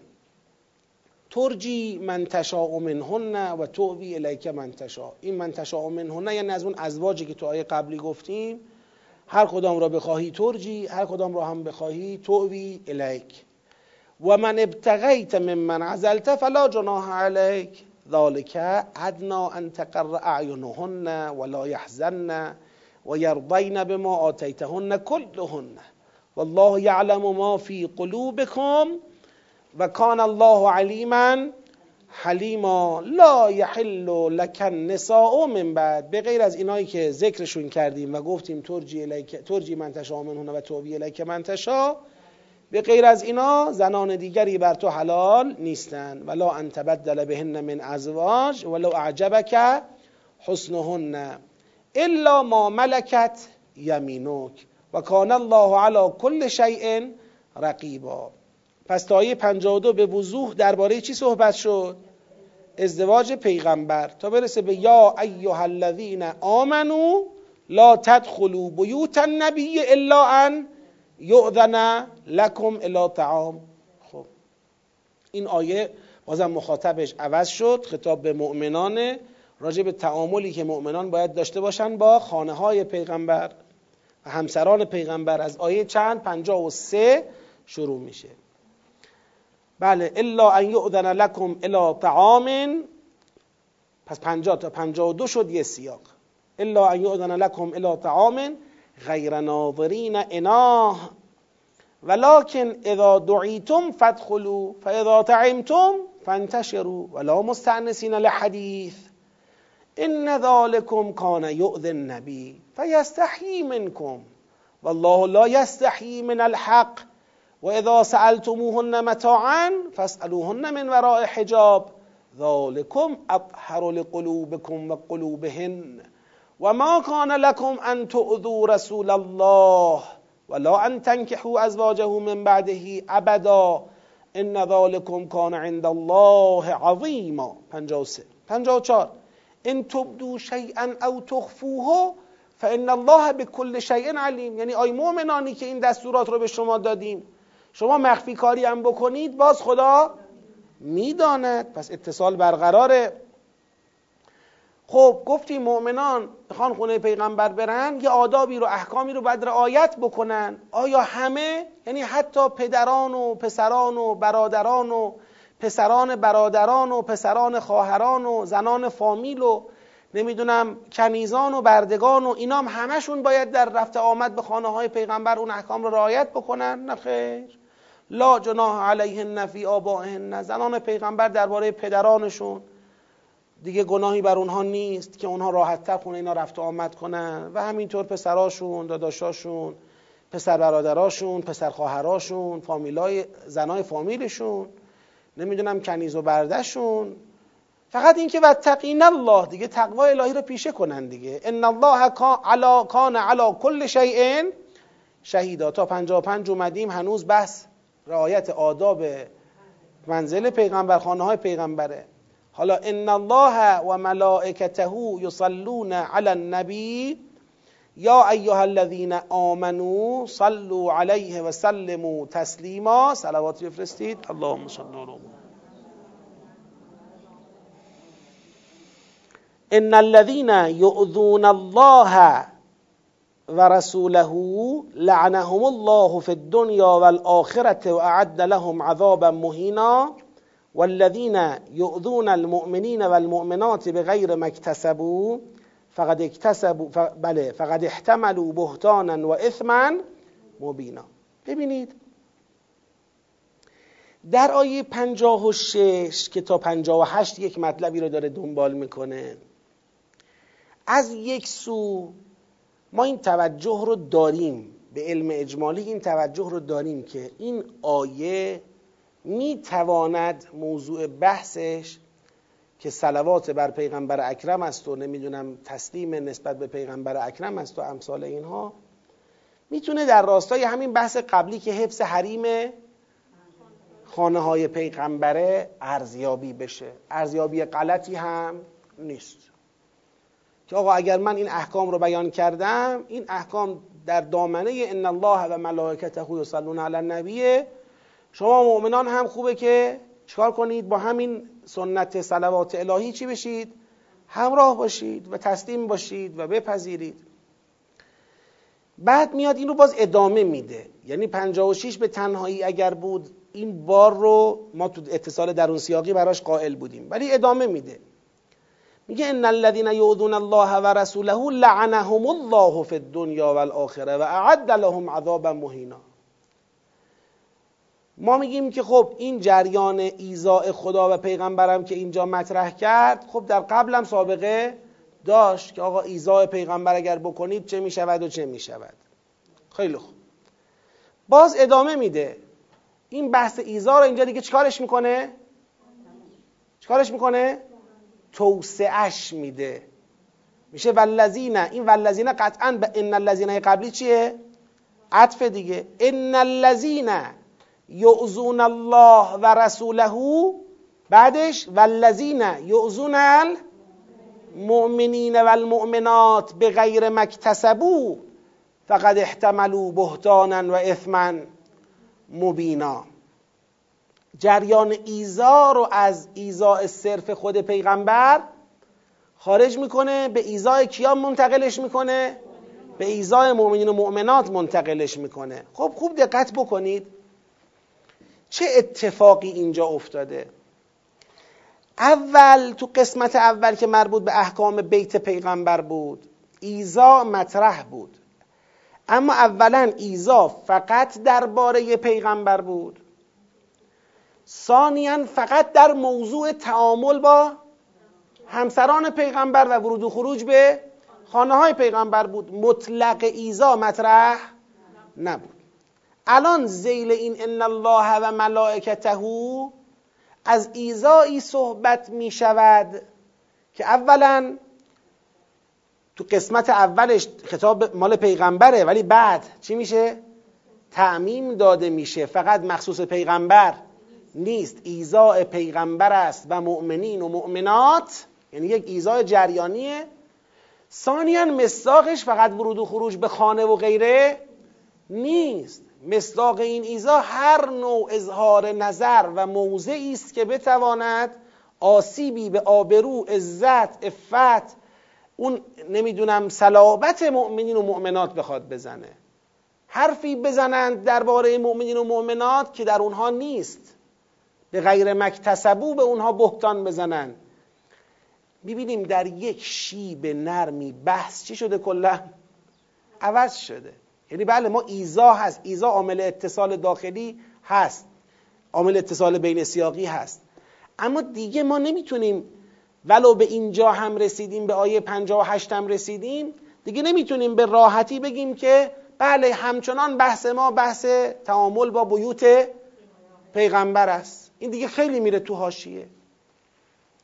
ترجی من تشاء منهن و تؤوی الیک من تشاء. این من تشاء منهن یعنی از اون ازواجی که تو آیه قبلی گفتیم، هر کدام را بخواهی ترجی، هر کدام را هم بخواهی تؤوی الیک. و من ابتغیت ممن عزلت فلا جناح علیک ذلک ادنی ان تقر اعینهن ولا یحزن و یرضین بما آتیتهن کلهن والله یعلم ما فی قلوبکم و کان الله علیما حلیما لا یحل لک النساء من بعد. به غیر از اینایی که ذکرشون کردیم و گفتیم ترجی من تشاء منهن و تؤوی الیک من تشاء، به غیر از اینا زنان دیگری بر تو حلال نیستن. ولا ان تبدل بهن من ازواج ولو اعجبک حسنهن الا ما ملکت یمینک و کان الله علی کل شیء رقیبا. پس تا آیه 52 به وضوح درباره چی صحبت شد؟ ازدواج پیغمبر، تا برسه به یا ایها الذین آمنوا لا تدخلوا بیوت النبی الا ان یؤذن لکم الی طعام. خب این آیه بازم مخاطبش عوض شد، خطاب به مؤمنانه، راجع به تعاملی که مؤمنان باید داشته باشن با خانه های پیغمبر و همسران پیغمبر. از آیه چند 53 شروع میشه. بله الا ان یؤذن لکم الی طعام، پس 50 تا 52 شد یه سیاق. الا ان یؤذن لکم الی طعام غیر ناظرین اناه ولکن اذا دعیتم فادخلوا فاذا طعمتم فانتشروا ولا مستأنسین لحدیث ان ذلکم کان یؤذی النبی فیستحیی منکم والله لا یستحیی من الحق و اذا سألتموهن متاعا فاسألوهن من وراء حجاب ذلکم اطهر لقلوبکم و قلوبهن و ما کان لکم ان تؤذوا رسول الله ولا ان تنکحوا ازواجه من بعده ابدا ان ذلکم کان عند الله عظیما. 53 54 ان تبدوا شیئا او تخفوه فان الله بكل شیء علیم. یعنی ای مؤمنانی که این دستورات رو به شما دادیم، شما مخفی کاری هم بکنید باز خدا میداند. پس اتصال برقراره. خب گفتیم مؤمنان بخوان خونه پیغمبر برن یه آدابی رو احکامی رو باید رعایت بکنن. آیا همه؟ یعنی حتی پدران و پسران و برادران و پسران برادران و پسران خواهران و زنان فامیل و نمیدونم کنیزان و بردگان و اینام همشون باید در رفت آمد به خانه های پیغمبر اون احکام رو رعایت بکنن؟ نه خیر. لا جناح علیهن فی آبائهن، زنان پیغمبر درباره پدرانشون دیگه گناهی بر اونها نیست که اونها راحت‌تر خونه اینا رفت و آمد کنن و همینطور پسراشون، داداشاشون، پسر برادراشون، پسر خواهراشون، فامیلای زنای فامیلشون، نمیدونم کنیز و بردشون، فقط این که واتقین الله دیگه، تقوای الهی رو پیشه کنن دیگه. ان الله کان علی کل شیء شهیدا. تا 55 اومدیم، هنوز بحث رعایت آداب منزل پیغمبر، خانه های پیغمبره. حالا ان الله و ملائکته یصلون علی النبی یا ایها الذین آمنوا صلوا علیه و سلموا تسلیما. صلوات بفرستید. اللهم صل علی محمد. ان الذين يؤذون الله ورسوله لعنهم الله في الدنيا والآخرة وأعد لهم عذابا مهينا والذين يؤذون المؤمنين والمؤمنات بغير ما اكتسبوا فقد احتملوا بهتانا وإثما مبينا. ببینید در آیه 56 که تا 58 یک مطلبی رو داره دنبال میکنه. از یک سو ما این توجه رو داریم، به علم اجمالی این توجه رو داریم که این آیه میتواند موضوع بحثش که صلوات بر پیغمبر اکرم است و نمیدونم تسلیم نسبت به پیغمبر اکرم است و امثال اینها، میتونه در راستای همین بحث قبلی که حفظ حریم خانه های پیغمبره ارزیابی بشه. ارزیابی غلطی هم نیست که آقا اگر من این احکام رو بیان کردم، این احکام در دامنه ان الله و ملائکته یصلون علی النبی، شما مؤمنان هم خوبه که چیکار کنید؟ با همین سنت صلوات الهی چی بشید؟ همراه باشید و تسلیم باشید و بپذیرید. بعد میاد این رو باز ادامه میده. یعنی 56 به تنهایی اگر بود این بار رو ما تو اتصال درون سیاقی براش قائل بودیم، ولی ادامه میده. میگه ان الذين يؤذون الله ورسوله لعنهم الله في الدنيا والآخره واعد لهم عذابا مهینا. ما میگیم که خب این جریان ایذاء خدا و پیغمبرم که اینجا مطرح کرد، خب در قبلم سابقه داشت که آقا ایذاء پیغمبر اگر بکنید چه میشود و چه میشود. خیلی خوب، باز ادامه میده. این بحث ایذاء رو اینجا دیگه چیکارش میکنه؟ توسعه‌اش میده. میشه والذین. این والذین قطعا به ان الذین قبلی چیه؟ عطف دیگه. ان الذین یؤذون الله و رسوله، بعدش والذین یؤذون المؤمنین والمؤمنات بغیر ما اکتسبوا فقد احتملوا بهتانا و اثما مبینا. جریان ایذا رو از ایذاء صرف خود پیغمبر خارج میکنه، به ایذاء کیا منتقلش میکنه؟ به ایذاء مؤمنین و مؤمنات منتقلش میکنه. خب خوب دقت بکنید چه اتفاقی اینجا افتاده. اول تو قسمت اول که مربوط به احکام بیت پیغمبر بود، ایذا مطرح بود، اما اولا ایذا فقط درباره پیغمبر بود. ثانیاً فقط در موضوع تعامل با همسران پیغمبر و ورود و خروج به خانه های پیغمبر بود. مطلق ایذا مطرح نبود. الان ذیل این ان الله و ملائکته از ایذایی صحبت می شود که اولا تو قسمت اولش خطاب مال پیغمبره، ولی بعد چی میشه؟ تعمیم داده میشه، فقط مخصوص پیغمبر نیست، ایذاء پیغمبر است و مؤمنین و مؤمنات، یعنی یک ایذاء جریانیه. ثانیاً مصداقش فقط ورود و خروج به خانه و غیره نیست. مصداق این ایذاء هر نوع اظهار نظر و موضعی است که بتواند آسیبی به آبرو، عزت، عفت، اون نمیدونم صلابت مؤمنین و مؤمنات بخواد بزنه. حرفی بزنند درباره مؤمنین و مؤمنات که در اونها نیست، به غیر مکتسبو به اونها بهتان بزنن. میبینیم در یک شیب نرمی بحث چی شده؟ کلا عوض شده. یعنی بله ما ایذا هست، ایذا عامل اتصال داخلی هست، عامل اتصال بین سیاقی هست، اما دیگه ما نمیتونیم ولو به اینجا هم رسیدیم، به آیه 58 هم رسیدیم، دیگه نمیتونیم به راحتی بگیم که بله همچنان بحث ما بحث تعامل با بیوت پیغمبر است. این دیگه خیلی میره تو حاشیه.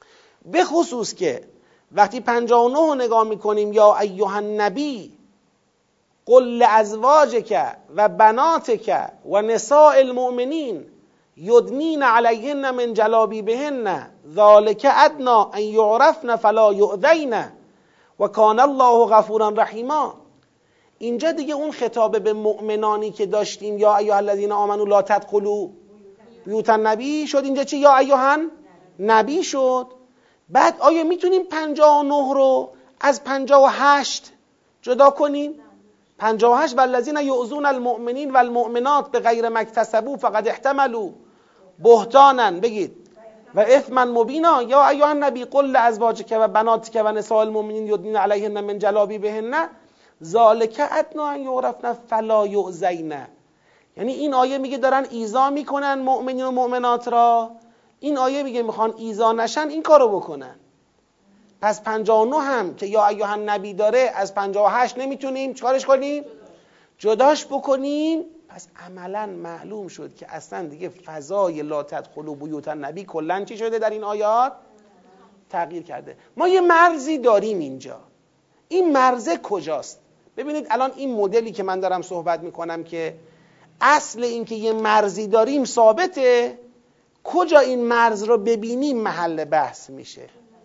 به خصوص که وقتی 59 رو نگاه میکنیم، یا ایها النبی قل لازواجک و بناتک و نساء المؤمنین یدنین علیهن من جلابیبهن ذلک ادنی ان یعرفن فلا یؤذین و کان الله غفورا رحیما. اینجا دیگه اون خطاب به مؤمنانی که داشتیم یا ایها الذین آمنوا لا تدخلوا بیوت النبی شد، اینجا چی؟ یا ایها نبی شد. بعد آیا میتونیم 59 رو از 58 جدا کنیم؟ 58 والذین یؤذون المؤمنین والمؤمنات بغیر ما اکتسبوا فقد احتملوا بهتانا، بگید، و اثما مبینا. یا ایها النبی قل لازواجک و بناتک و نساء المؤمنین یدنین علیهن من جلابیبهن ذلک ادنی ان یعرفن فلا یؤذین. یعنی این آیه میگه دارن ایذا میکنن مؤمنین و مؤمنات را، این آیه میگه میخوان ایذا نشن این کارو بکنن. پس 59 هم که یا ایها النبی داره از 58 نمیتونیم چیکارش کنیم؟ جداش بکنیم. پس عملا معلوم شد که اصلا دیگه فضای لا تدخلوا بیوت النبی کلا چی شده؟ در این آیات تغییر کرده. ما یه مرزی داریم اینجا، این مرزه کجاست؟ ببینید الان این مدلی که من دارم صحبت میکنم که اصل این که یه مرزی داریم ثابته، کجا این مرز رو ببینیم محل بحث میشه.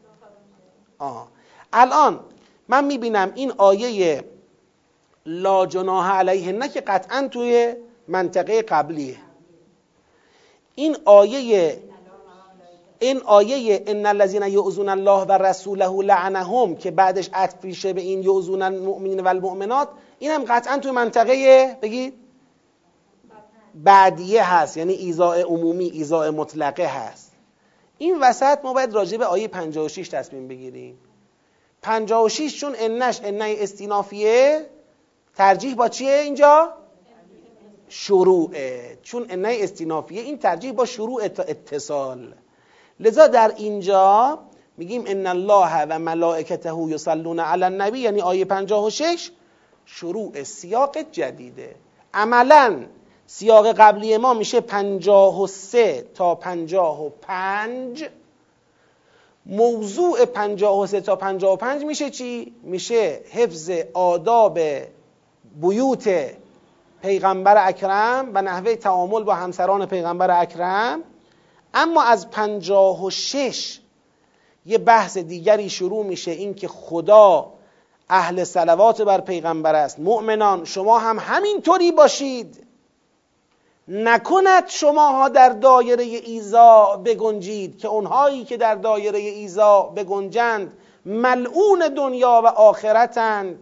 الان من میبینم این آیه لا جناح علیهن که قطعا توی منطقه قبلیه، این آیه ان الذين یؤذون الله و رسوله لعنهم که بعدش عطف میشه به این یؤذون المؤمنین و المؤمنات، این هم قطعا توی منطقه بگید بعدیه هست، یعنی ایذاء عمومی، ایذاء مطلقه هست. این وسط ما باید راجع به آیه 56 تصمیم بگیریم. 56 چون انش انه استینافیه، ترجیح با چیه اینجا؟ شروعه. چون انه استینافیه این ترجیح با شروع اتصال، لذا در اینجا میگیم ان الله و ملائکته یصلون علی النبی، یعنی آیه 56 شروع سیاق جدیده. عملا سیاق قبلی ما میشه 53 تا 55. موضوع 53 تا 55 میشه چی؟ میشه حفظ آداب بیوت پیغمبر اکرم و نحوه تعامل با همسران پیغمبر اکرم. اما از 56 یه بحث دیگری شروع میشه، این که خدا اهل صلوات بر پیغمبر است، مؤمنان شما هم همینطوری باشید، نکند شماها در دایره ایذا بگنجید که اونهایی که در دایره ایذا بگنجند ملعون دنیا و آخرتند.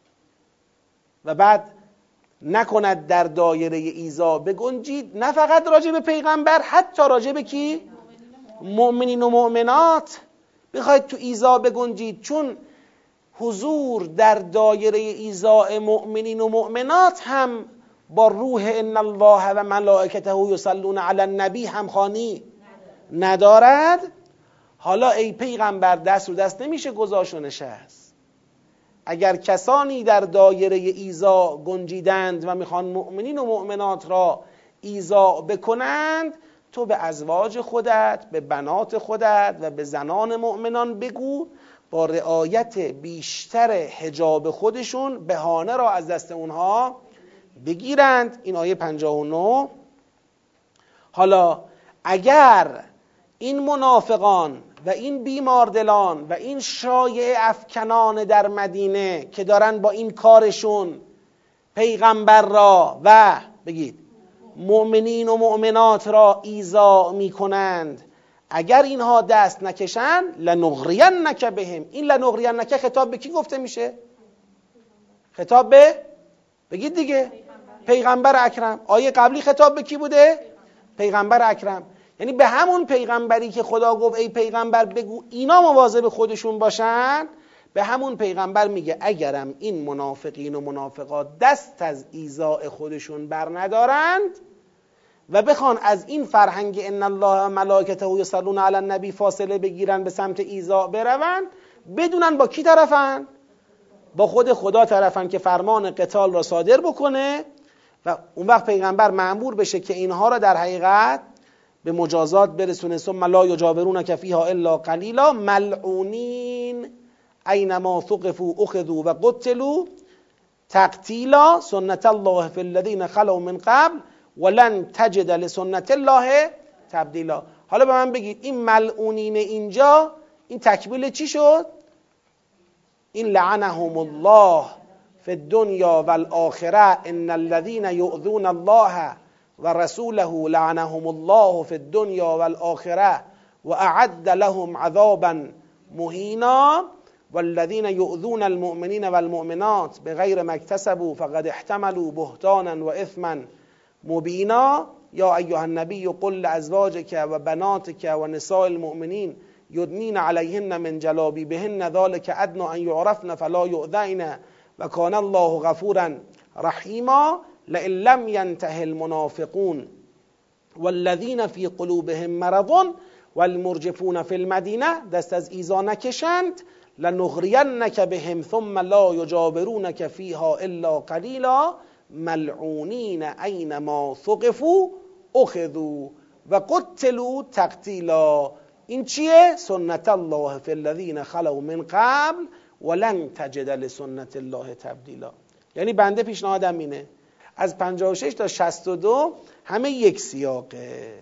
و بعد نکند در دایره ایذا بگنجید، نه فقط راجع به پیغمبر، حتی راجع به کی؟ مؤمنین و مؤمنات بخواید تو ایذا بگنجید، چون حضور در دایره ایذا مؤمنین و مؤمنات هم با روح ان الله و ملائکته یصلون علی النبی همخوانی ندارد. حالا ای پیغمبر دست رو دست نمیشه گذاشت و نشست. اگر کسانی در دایره ایذا گنجیدند و میخوان مؤمنین و مؤمنات را ایذا بکنند، تو به ازواج خودت، به بنات خودت و به زنان مؤمنان بگو با رعایت بیشتر حجاب خودشون بهانه را از دست اونها بگیرند. این آیه 59. حالا اگر این منافقان و این بیماردلان و این شایعه افکنان در مدینه که دارن با این کارشون پیغمبر را و بگید مؤمنین و مؤمنات را ایذا میکنند، اگر اینها دست نکشن لنغرینک بهم. این لنغرینک خطاب به کی گفته میشه؟ خطاب به بگید دیگه پیغمبر اکرم. آیه قبلی خطاب به کی بوده؟ پیغمبر اکرم. یعنی به همون پیغمبری که خدا گفت ای پیغمبر بگو اینا مواظب خودشون باشن، به همون پیغمبر میگه اگرم این منافقین و منافقات دست از ایذاء خودشون بر ندارند و بخوان از این فرهنگ ان الله و ملائکته یصلون علی النبی فاصله بگیرن، به سمت ایذاء بروند، بدونن با کی طرفن؟ با خود خدا طرفن که فرمان قتال را صادر بکنه و اون وقت پیغمبر مأمور بشه که اینها را در حقیقت به مجازات برسونه. ثم لا یجاورونک فیها الا قلیلا ملعونین اینما ثقفوا اخذوا و قتلوا تقتیلا سنت الله فی الذین خلوا من قبل ولن تجد لسنت الله تبدیلا. حالا به من بگید این ملعونین اینجا این تکمیل چی شد؟ این لعنهم الله فی الدنیا والآخره ان الذین یؤذون الله و رسوله لعنهم الله فی الدنیا والآخره و اعد لهم عذابا مهینا والذین یؤذون المؤمنین والمؤمنات بغیر ما اکتسبوا فقد احتملوا بهتانا و اثما مبینا یا ایها النبی قل لازواجک و بناتک و نساء المؤمنین یدنین علیهن من جلابیبهن ذلک ادنی ان یعرفن فلا یؤذین و کان الله غفورا رحیما لئن لم ینته المنافقون والذین فی قلوبهم مرض والمرجفون فی المدینه دست از ایذا نکشند لنغرینک بهم ثم لا یجاورونک فیها الا قلیلا ملعونین اینما ثقفوا اخذوا و قتلوا تقتیلا. این چیه؟ سنت الله فی الذین خلوا من قبل ولن تجد لسنت الله تبدیلا. یعنی بنده پیشنهادم اینه از 56 تا 62 همه یک سیاقه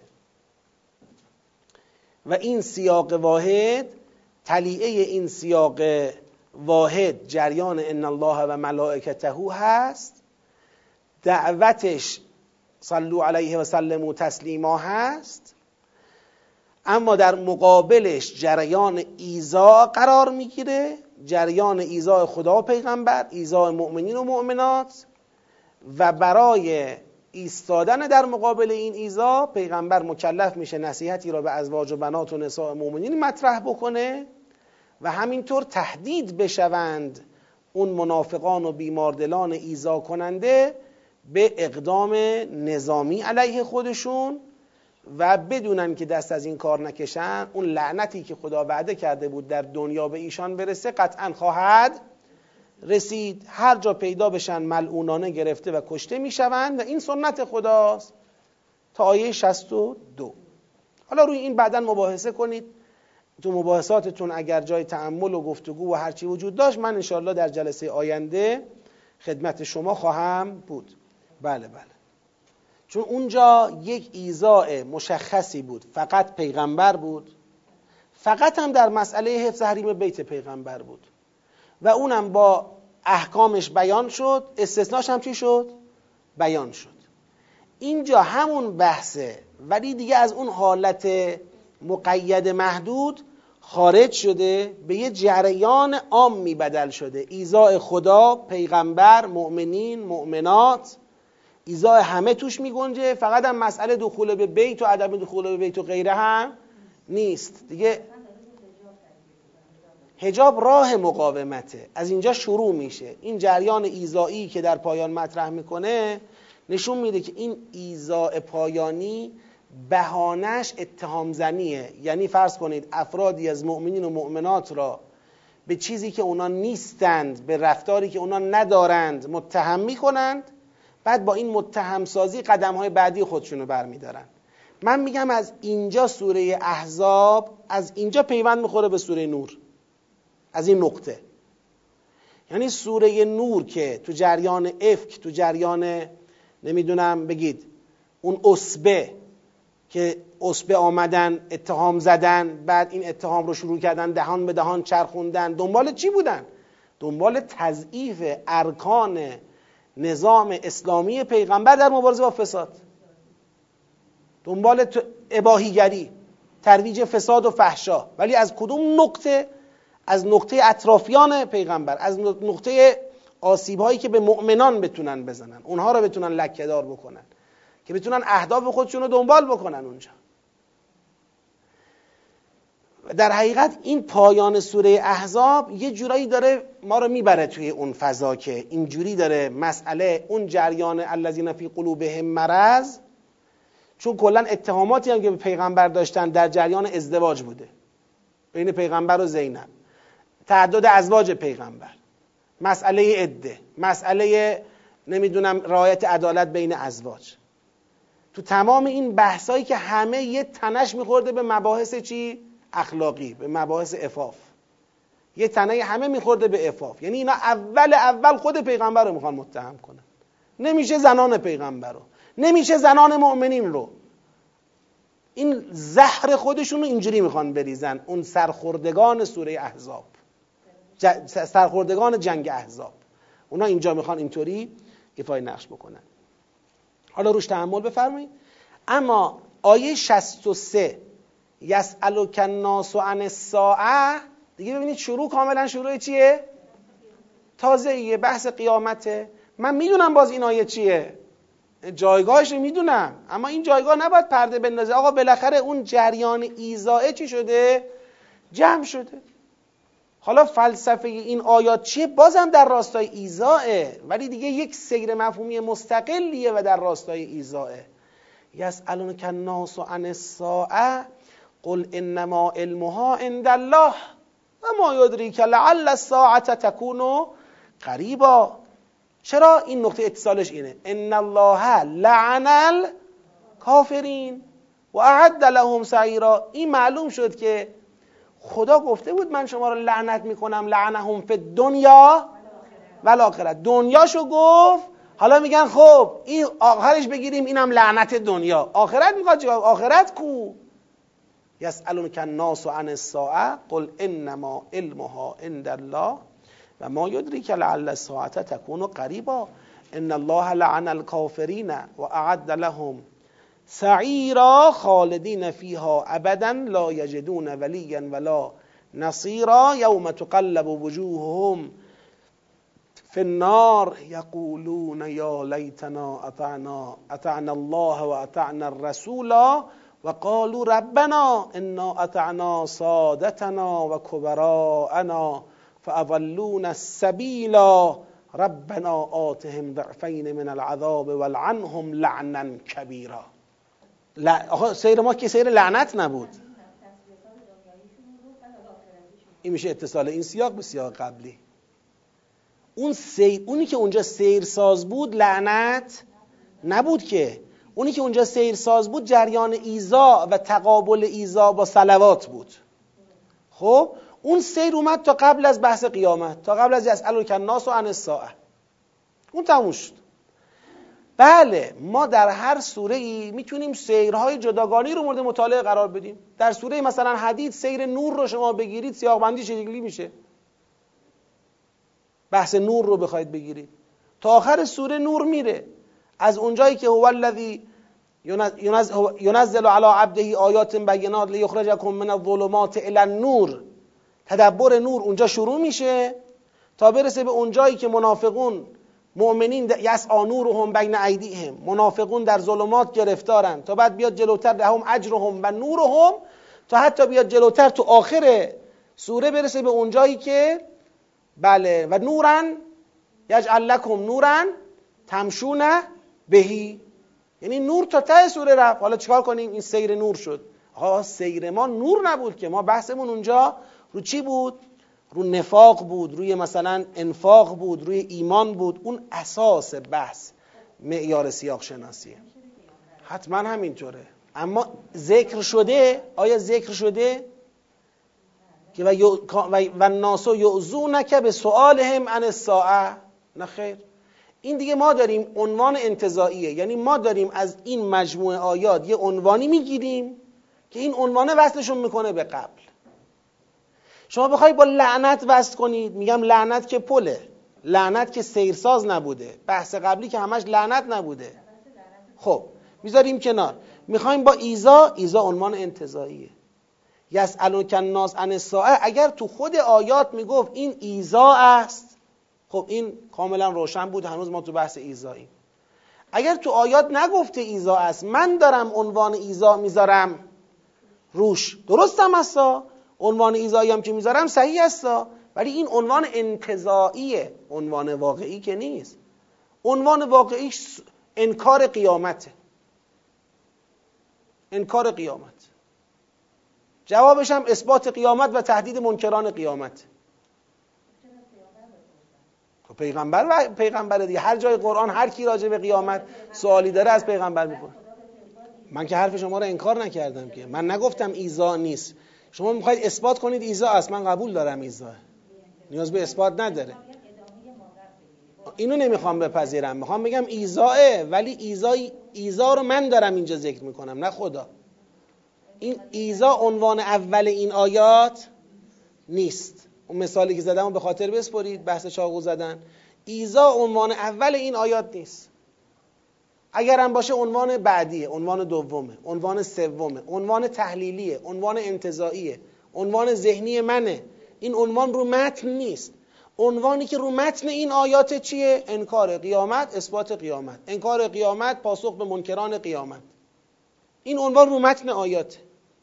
و این سیاق واحد تلیعه این سیاق واحد جریان ان الله و ملائکته هست، دعوتش صلوا علیه و سلموا تسلیما هست، اما در مقابلش جریان ایذا قرار میگیره، جریان ایذاء خدا و پیغمبر، ایذاء مؤمنین و مؤمنات، و برای ایستادن در مقابل این ایذا پیغمبر مکلف میشه نصیحتی را به ازواج و بنات و نساء مؤمنین مطرح بکنه و همینطور تهدید بشوند اون منافقان و بیماردلان ایذا کننده به اقدام نظامی علیه خودشون و بدونن که دست از این کار نکشن اون لعنتی که خدا وعده کرده بود در دنیا به ایشان برسه قطعا خواهد رسید. هر جا پیدا بشن ملعونانه گرفته و کشته میشوند و این سنت خداست تا آیه 62. حالا روی این بعداً مباحثه کنید، تو مباحثاتتون اگر جای تأمل و گفتگو و هرچی وجود داشت من انشاءالله در جلسه آینده خدمت شما خواهم بود. بله چون اونجا یک ایذاء مشخصی بود، فقط پیغمبر بود، فقط هم در مسئله حفظ حریم بیت پیغمبر بود و اونم با احکامش بیان شد، استثناش هم چی شد؟ بیان شد. اینجا همون بحثه ولی دیگه از اون حالت مقید محدود خارج شده، به یه جریان عامی بدل شده. ایذاء خدا، پیغمبر، مؤمنین، مؤمنات، ایذاء همه توش می گنجه. فقط هم مسئله دخول به بیت و عدم دخول به بیت و غیره هم نیست دیگه. حجاب راه مقاومته، از اینجا شروع میشه. این جریان ایذایی که در پایان مطرح میکنه نشون میده که این ایذاء پایانی بهانش اتهام زنیه. یعنی فرض کنید افرادی از مؤمنین و مؤمنات را به چیزی که اونا نیستند، به رفتاری که اونا ندارند متهم میکنند، بعد با این متهم سازی قدم های بعدی خودشونو برمیدارن. من میگم از اینجا سوره احزاب از اینجا پیوند میخوره به سوره نور، از این نقطه. یعنی سوره نور که تو جریان افک، تو جریان نمیدونم بگید اون عصبه که عصبه آمدن اتهام زدن، بعد این اتهام رو شروع کردن دهان به دهان چرخوندن، دنبال چی بودن؟ دنبال تضعیف ارکان نظام اسلامی پیغمبر در مبارزه با فساد، دنبال اباحیگری، ترویج فساد و فحشا. ولی از کدوم نقطه؟ از نقطه اطرافیان پیغمبر، از نقطه آسیب‌هایی که به مؤمنان بتونن بزنن، اونها رو بتونن لکه‌دار بکنن، که بتونن اهداف خودشون رو دنبال بکنن اونجا. در حقیقت این پایان سوره احزاب یه جورایی داره ما رو میبره توی اون فضا که اینجوری داره مسئله اون جریان الذین فی قلوبهم مرض، چون کلا اتهاماتی هم که به پیغمبر داشتن در جریان ازدواج بوده بین پیغمبر و زینب، تعدد ازواج پیغمبر، مسئله عده، مسئله نمیدونم رعایت عدالت بین ازواج. تو تمام این بحثایی که همه یه تنش میخورده به مباحث چی؟ اخلاقی، به مباحث عفاف. یه تنه همه میخورده به عفاف. یعنی اینا اول خود پیغمبر رو میخوان متهم کنن. نمیشه زنان پیغمبر رو، نمیشه زنان مؤمنین رو. این زهر خودشون رو اینجوری میخوان بریزن. اون سرخوردگان سوره احزاب، سرخوردگان جنگ احزاب، اونا اینجا میخوان اینطوری ایفای نقش بکنن. حالا روش تأمل بفرمایید. اما آیه 63 یسألک الناس عن الساعه، دیگه ببینید کاملا شروع چیه؟ تازه‌ایه، بحث قیامته. من میدونم باز این آیه چیه، جایگاهش رو میدونم، اما این جایگاه نباید پرده بندازه. آقا بالاخره اون جریان ایذائه چی شده؟ جمع شده. حالا فلسفه این آیات چیه؟ بازم در راستای ایذائه، ولی دیگه یک سیر مفهومی مستقلیه و در راستای ایذائه. یسألونک الناس عن الساعه قل انما علمها عند الله و ما یدریک لعل الساعه تکون قریبا. چرا؟ این نقطه اتصالش اینه، ان الله لعن الکافرین و اعد لهم سعیرا. این معلوم شد که خدا گفته بود من شما رو لعنت میکنم، لعنهم فی الدنیا و الاخره. دنیاشو گفت، حالا میگن خب این آخرش بگیریم اینم لعنت دنیا. آخرت میخواد جواب، آخرت کو؟ یسألونک الناس عن الساعه قل انما علمها عند الله و ما یدریک لعل الساعه تکون قریبا ان الله لعن الکافرین و اعد لهم سعیرا خالدین فیها ابدا لا یجدون ولیا ولا نصیرا یوم تقلب وجوههم فی النار یقولون یا لیتنا اطعنا الله و اطعنا الرسول و قالوا ربنا انا اطعنا سادتنا و کبراءنا فاضلونا السبیل ربنا آتهم ضعفین من العذاب والعنهم لعنا کبیرا. سیر ما که سیر لعنت نبود. این میشه اتصال این سیاق به سیاق قبلی. اونی که اونجا سیر ساز بود لعنت نبود که. اونی که اونجا سیر ساز بود جریان ایذا و تقابل ایذا با صلوات بود. خب اون سیر اومد تا قبل از بحث قیامت، تا قبل از یسألونک الناس عن الساعه. اون تموم شد. بله ما در هر سوره ای میتونیم سیرهای جداگانه رو مورد مطالعه قرار بدیم. در سوره مثلا حدید سیر نور رو شما بگیرید، سیاق بندی شکلی میشه. بحث نور رو بخواید بگیرید تا آخر سوره نور میره. از اونجایی که هو الذی ینزل علی عبده آیات بینات لیخرجکم من الظلمات الی النور، تدبر نور اونجا شروع میشه تا برسه به اونجایی که منافقون مؤمنین یسعی نورهم بین ایدیهم، منافقون در ظلمات گرفتارن، تا بعد بیاد جلوتر لهم اجرهم و نورهم، تا حتی بیاد جلوتر تو آخر سوره برسه به اونجایی که بله و نورن یجعل لکم نورن تمشون بهی، یعنی نور تا ته سوره رفت. حالا چیکار کنیم؟ این سیر نور شد. آقا سیر ما نور نبود که، ما بحثمون اونجا رو چی بود؟ رو نفاق بود، روی مثلا انفاق بود، روی ایمان بود. اون اساس بحث معیار سیاق شناسیه. حتما همینطوره. اما ذکر شده، آیا ذکر شده که و الناس یعظونک بسؤالهم عن الساعه؟ نه خیر. این دیگه ما داریم عنوان انتزاعیه، یعنی ما داریم از این مجموعه آیات یه عنوانی میگیریم که این عنوانه وصلشون میکنه به قبل. شما بخوای با لعنت وصل کنید، میگم لعنت که پله، لعنت که سیرساز نبوده، بحث قبلی که همش لعنت نبوده. خب میذاریم کنار. میخوایم با ایذا عنوان انتزاعیه. یسألونک الناس عن الساعه، اگر تو خود آیات میگفت این ایذا است، خب این کاملا روشن بود، هنوز ما تو بحث ایذاییم. اگر تو آیات نگفته ایذا است، من دارم عنوان ایذا میذارم روش، درستم هستا، عنوان ایذایی هم که میذارم صحیح هستا، ولی این عنوان انتزاعیه، عنوان واقعی که نیست. عنوان واقعی انکار قیامته، انکار قیامت. جوابش هم اثبات قیامت و تهدید منکران قیامت. پیغمبر دیگه، هر جای قرآن هر کی راجع به قیامت سوالی داره از پیغمبر میکنه. من که حرف شما رو انکار نکردم که، من نگفتم ایذا نیست. شما میخواید اثبات کنید ایذا است، من قبول دارم ایذا، نیاز به اثبات نداره. اینو نمیخوام بپذیرم، میخوام بگم ایذاه، ولی ایذا رو من دارم اینجا ذکر میکنم نه خدا. این ایذا عنوان اول این آیات نیست. اون مثالی که زدم به خاطر بسپرید، بحث چاقو زدن. ایذا عنوان اول این آیات نیست. اگرم باشه عنوان بعدیه، عنوان دومه، عنوان سومه، عنوان تحلیلیه، عنوان انتزاعیه، عنوان ذهنی منه. این عنوان رو متن نیست. عنوانی که رو متن این آیات چیه؟ انکار قیامت، اثبات قیامت. انکار قیامت، پاسخ به منکران قیامت. این عنوان رو متن آیاته.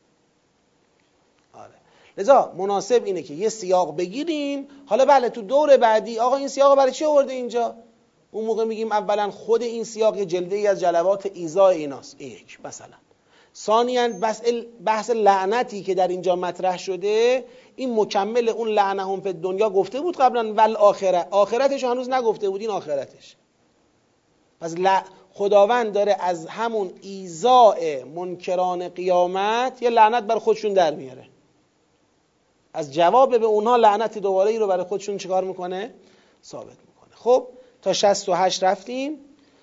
آره. لذا مناسب اینه که یه سیاق بگیریم. حالا بله تو دور بعدی آقا این سیاق برای چی آورده اینجا؟ اون موقع میگیم اولا خود این سیاق یه جلوه ای از جلوات ایذاء ایناست، این یک مثلا. ثانیاً بحث لعنتی که در اینجا مطرح شده، این مکمل اون لعنهم فی الدنیا گفته بود قبلا، والآخره، آخرتش هنوز نگفته بود، این آخرتش. پس خداوند داره از همون ایذاء منکران قیامت یه لعنت بر خودشون در میاره. از جواب به اونها لعنت دوباره ای رو برای خودشون چیکار میکنه؟ ثابت میکنه. خب تا 68 رفتیم.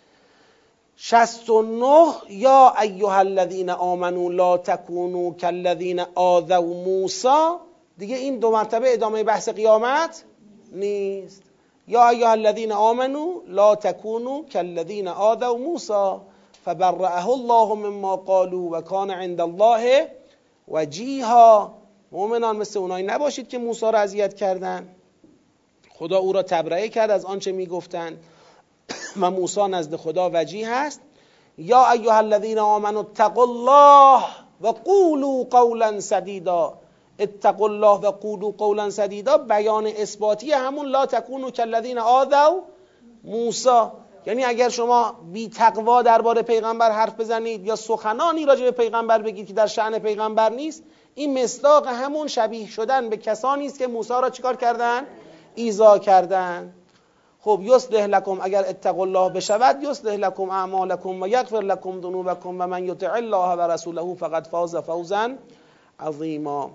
69 یا ایها الذین آمنوا لا تکونوا کالذین آذوا موسی. دیگه این دو مرتبه ادامه بحث قیامت نیست. یا ایها الذین آمنوا لا تکونوا کالذین آذوا موسی فبرأه الله مما قالوا و کان عند الله وجیها. مؤمنان مثل اونایی نباشید که موسی را اذیت کردند، خدا او را تبرئه کرد از آنچه میگفتند و موسی نزد خدا وجیه است. یا ایها الذین آمنوا اتقوا الله و قولوا قولا سدیدا. اتقوا الله و قولوا قولا سدیدا بیان اثباتی همون لا تکونوا کالذین آذوا موسی. یعنی اگر شما بی تقوا درباره پیغمبر حرف بزنید یا سخنانی راجع به پیغمبر بگید که در شأن پیغمبر نیست، این مصداق همون شبیه شدن به کسانی است که موسی را چیکار کردن؟ ایذا کردن. خب یصلح لکم، اگر اتقوا الله بشود یصلح لکم اعمالکم و یغفر لکم ذنوبکم و من یطع الله و رسوله فقد فاز فوزا عظیما.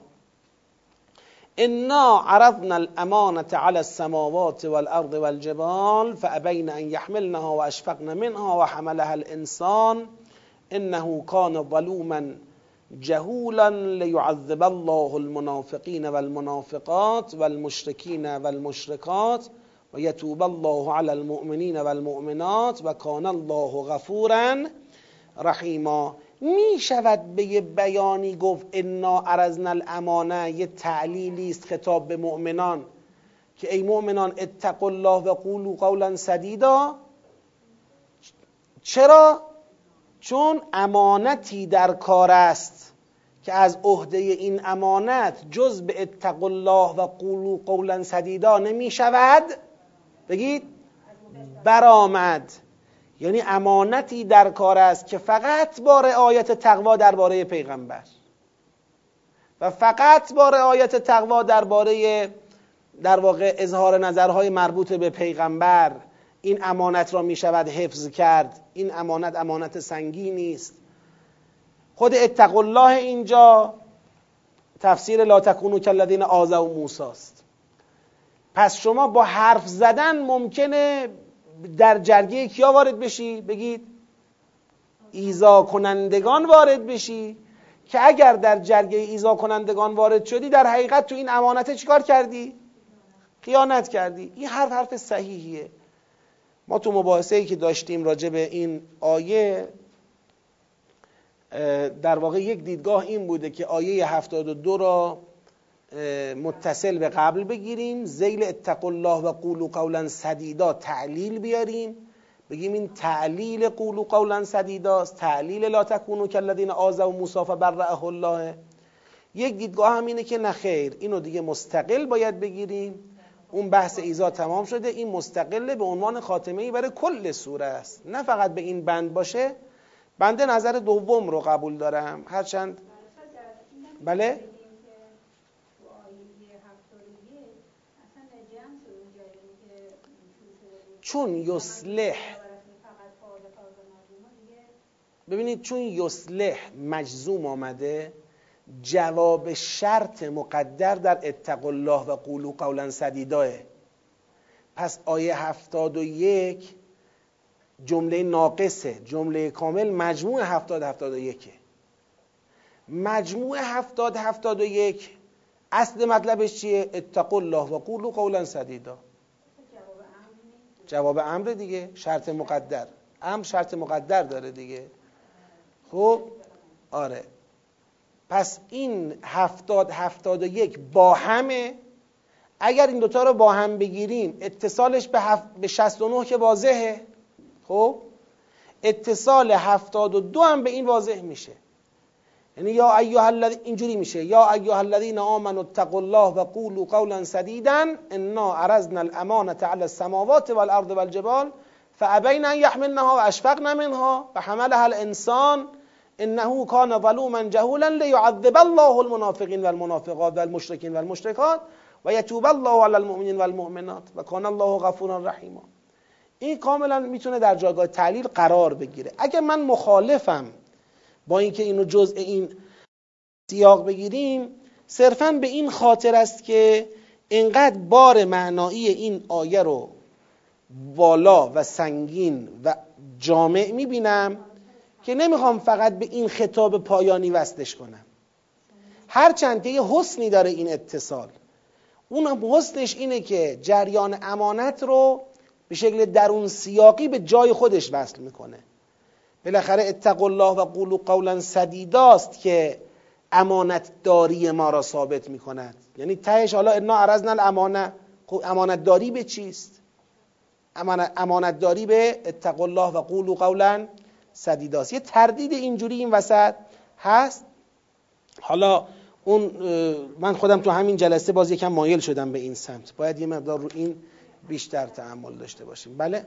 انا عرضنا الامانة على السماوات والارض والجبال فابین ان يحملنها واشفقن منها وحملها الانسان انه كان ظلوما جهولا لیعذب الله المنافقین والمنافقات والمشرکین والمشرکات و یتوب الله علی المؤمنین والمؤمنات و کان الله غفورا رحیما. می شود به یه بیانی گفت انا عرضنا الامانه، یه تعلیلی است خطاب به مؤمنان که ای مؤمنان اتقوا الله و قولوا قولا سدیدا. چرا؟ چون امانتی در کار است که از عهده این امانت جز به اتقوا الله و قولوا قولا سدیدا نمی شود بگید برآمد. یعنی امانتی در کار است که فقط با رعایت تقوا درباره پیغمبر و فقط با رعایت تقوا درباره در واقع اظهار نظرهای مربوط به پیغمبر این امانت را می شود حفظ کرد. این امانت سنگینی است. خود اتقوا الله اینجا تفسیر لا تکونوا کالذین آذوا موسی است. پس شما با حرف زدن ممکنه در جرگه کیا وارد بشی؟ بگید ایذا کنندگان وارد بشی، که اگر در جرگه ایذا کنندگان وارد شدی در حقیقت تو این امانت چیکار کردی؟ خیانت کردی. این حرف صحیحیه. ما تو مباحثه‌ای که داشتیم راجع به این آیه در واقع یک دیدگاه این بوده که آیه 72 را متصل به قبل بگیریم، ذیل اتقوا الله و قولوا قولا سدیدا تعلیل بیاریم، بگیم این تعلیل قولوا قولا سدیدا است، تعلیل لا تکونوا کالذین آذوا موسی فبرأه الله. یک دیدگاه هم اینه که نه خیر، اینو دیگه مستقل باید بگیریم. اون بحث ایذا تمام شده، این مستقله به عنوان خاتمه‌ای برای کل سوره است، نه فقط به این بند باشه. بنده نظر دوم رو قبول دارم، هرچند بله چون یصلح ببینید چون یصلح مجزوم آمده، جواب شرط مقدر در اتقوا الله و قولوا قولا سدیدا. پس آیه 71 جمله ناقصه، جمله کامل مجموع 70-71. مجموع 70-71 اصل مطلبش چیه؟ اتقوا الله و قولوا قولا سدیدا. جواب امر دیگه، شرط مقدر. امر شرط مقدر داره دیگه. خب آره، پس این 70-71 با همه. اگر این دوتا رو با هم بگیریم اتصالش به 69 که واضحه. خب اتصال 72 هم به این واضح میشه. یعنی یا ایها الذین، اینجوری میشه یا ایها الذین آمنوا اتقوا الله و قولوا قولا سدیدا انا عرضنا الامانة علی السماوات والارض والجبال فابین ان یحملنها واشفقن منها وحملها الانسان انه کان ظلوما جهولا لیعذب الله المنافقین والمنافقات والمشرکین والمشرکات و یتوب الله علی المؤمنین والمؤمنات و کان الله غفورا رحیما. این کاملا میتونه در جایگاه تعلیل قرار بگیره. اگر من مخالفم با اینکه اینو جزء این سیاق بگیریم، صرفاً به این خاطر است که اینقدر بار معنایی این آیه رو بالا و سنگین و جامع میبینم که نمیخوام فقط به این خطاب پایانی وصلش کنم. هرچند که یه حسنی داره این اتصال، اون حسنش اینه که جریان امانت رو به شکل درون سیاقی به جای خودش وصل میکنه. بالاخره اتقوا الله و قولوا قولا سدیداست که امانت داری ما را ثابت میکند. یعنی تهش حالا انا عرضنا الامانه، خب امانت داری به چیست؟ امانت داری به اتقوا الله و قولوا قولا سدیداست. یه تردید اینجوری این وسط هست. حالا اون من خودم تو همین جلسه باز یکم مایل شدم به این سمت، باید یه مقدار رو این بیشتر تأمل داشته باشیم. بله،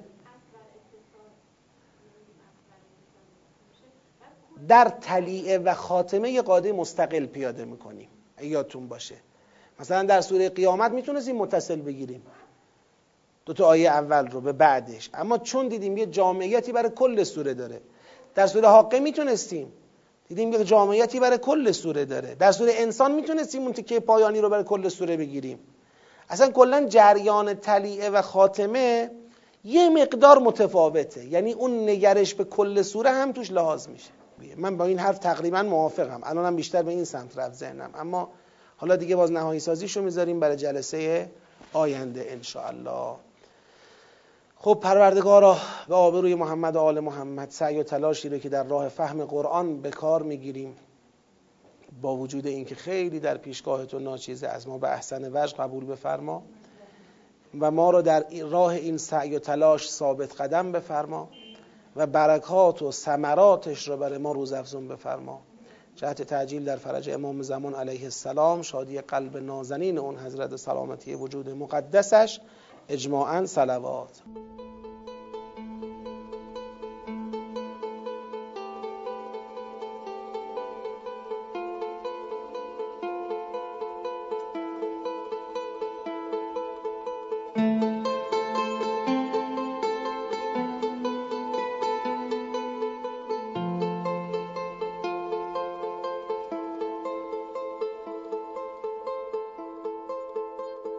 در تلیعه و خاتمه قاعده مستقل پیاده میکنیم. یادتون باشه مثلا در سوره قیامت میتونستیم متصل بگیریم دو تا آیه اول رو به بعدش، اما چون دیدیم یه جامعیتی برای کل سوره داره. در سوره حاقه میتونستیم، دیدیم یه جامعیتی برای کل سوره داره. در سوره انسان میتونستیم اون تیکه پایانی رو برای کل سوره بگیریم. اصلا کلا جریان تلیعه و خاتمه یه مقدار متفاوته، یعنی اون نگرش به کل سوره هم توش لحاظ میشه. من با این حرف تقریبا موافقم. الانم بیشتر به این سمت رفت ذهنم، اما حالا دیگه باز نهایی سازیشو میذاریم برای جلسه آینده ان شاء الله. خب پروردگارا به آبروی محمد و آل محمد سعی و تلاشی رو که در راه فهم قرآن به کار میگیریم، با وجود اینکه خیلی در پیشگاه تو ناچیزه، از ما به احسن وجه قبول بفرما و ما رو در راه این سعی و تلاش ثابت قدم بفرما و برکات و ثمراتش رو برای ما روزافزون بفرما. جهت تعجیل در فرج امام زمان علیه السلام، شادی قلب نازنین اون حضرت، سلامتی وجود مقدسش، اجماعاً صلوات.